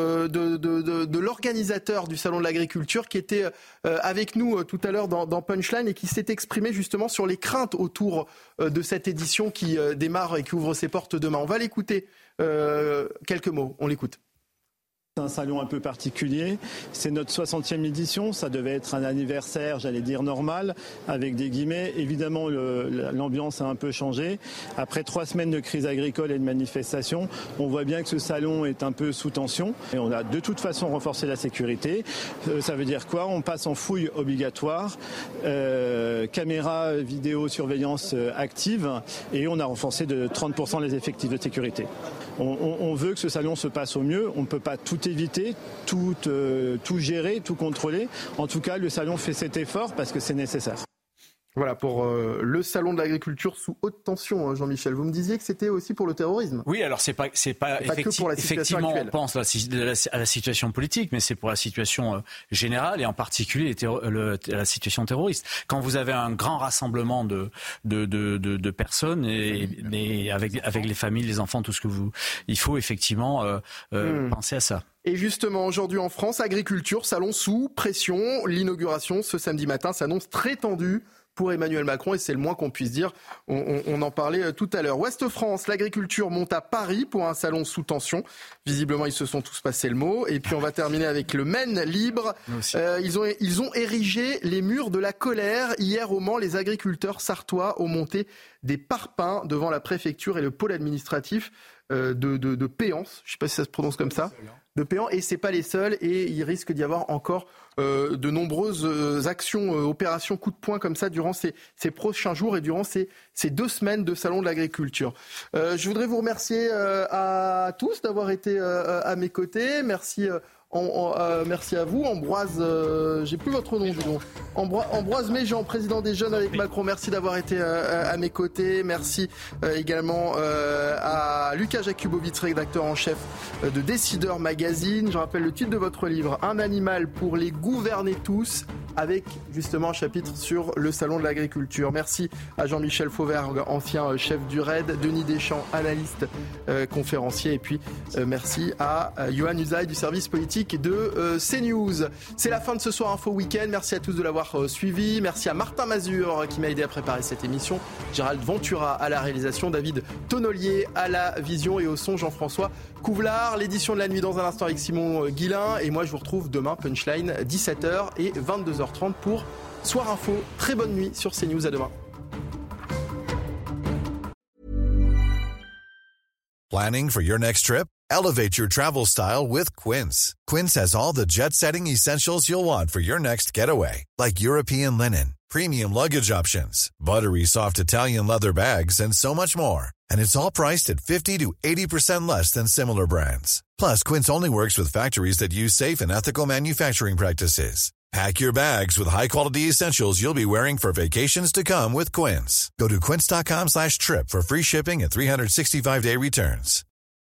de l'organisateur du salon de l'agriculture qui était avec nous tout à l'heure dans Punchline et qui s'est exprimé justement sur les craintes autour de cette édition qui démarre et qui ouvre ses portes demain. On va l'écouter. Quelques mots, on l'écoute. C'est un salon un peu particulier, c'est notre 60e édition, ça devait être un anniversaire, j'allais dire normal, avec des guillemets. Évidemment, l'ambiance a un peu changé. Après 3 semaines de crise agricole et de manifestations, on voit bien que ce salon est un peu sous tension. Et on a de toute façon renforcé la sécurité. Ça veut dire quoi ? On passe en fouille obligatoire, caméra, vidéo, surveillance active, et on a renforcé de 30% les effectifs de sécurité. On veut que ce salon se passe au mieux, on ne peut pas tout éviter, tout gérer, tout contrôler. En tout cas, le salon fait cet effort parce que c'est nécessaire. Voilà pour le salon de l'agriculture sous haute tension, Jean-Michel. Vous me disiez que c'était aussi pour le terrorisme. Oui, alors c'est pas que pour la situation effectivement actuelle. On pense à la situation politique, mais c'est pour la situation générale et en particulier la situation terroriste. Quand vous avez un grand rassemblement de personnes et avec les familles, les enfants, tout ce que il faut effectivement penser à ça. Et justement, aujourd'hui en France, agriculture, salon sous pression. L'inauguration ce samedi matin s'annonce très tendue pour Emmanuel Macron et c'est le moins qu'on puisse dire. On en parlait tout à l'heure. Ouest France, l'agriculture monte à Paris pour un salon sous tension. Visiblement, ils se sont tous passé le mot. Et puis on va terminer avec le Maine libre. Ils ont érigé les murs de la colère. Hier au Mans, les agriculteurs sartois ont monté des parpaings devant la préfecture et le pôle administratif de Péance. Je ne sais pas si ça se prononce comme ça. De Péance, et c'est pas les seuls, et il risque d'y avoir encore de nombreuses actions, opérations coup de poing comme ça durant ces prochains jours et durant ces 2 semaines de Salon de l'Agriculture. Je voudrais vous remercier à tous d'avoir été à mes côtés. Merci. Merci à vous, Ambroise, j'ai plus votre nom, Ambroise Méjean, président des Jeunes avec Macron, merci d'avoir été à mes côtés. Merci également à Lucas Jakubowicz, rédacteur en chef de Décideur Magazine. Je rappelle le titre de votre livre, Un animal pour les gouverner tous, avec justement un chapitre sur le salon de l'agriculture. Merci à Jean-Michel Fauvergue, ancien chef du RAID, Denis Deschamps, analyste, conférencier, et puis merci à Yohann Usaï du service politique de CNews. C'est la fin de ce Soir Info Week-end. Merci à tous de l'avoir suivi. Merci à Martin Mazur qui m'a aidé à préparer cette émission. Gérald Ventura à la réalisation. David Tonnelier à la vision et au son. Jean-François Couvelard. L'édition de la nuit dans un instant avec Simon Guillain. Et moi, je vous retrouve demain, Punchline, 17h et 22h30 pour Soir Info. Très bonne nuit sur CNews. À demain. Planning for your next trip? Elevate your travel style with Quince. Quince has all the jet-setting essentials you'll want for your next getaway, like European linen, premium luggage options, buttery soft Italian leather bags, and so much more. And it's all priced at 50 to 80% less than similar brands. Plus, Quince only works with factories that use safe and ethical manufacturing practices. Pack your bags with high-quality essentials you'll be wearing for vacations to come with Quince. Go to quince.com/trip for free shipping and 365-day returns.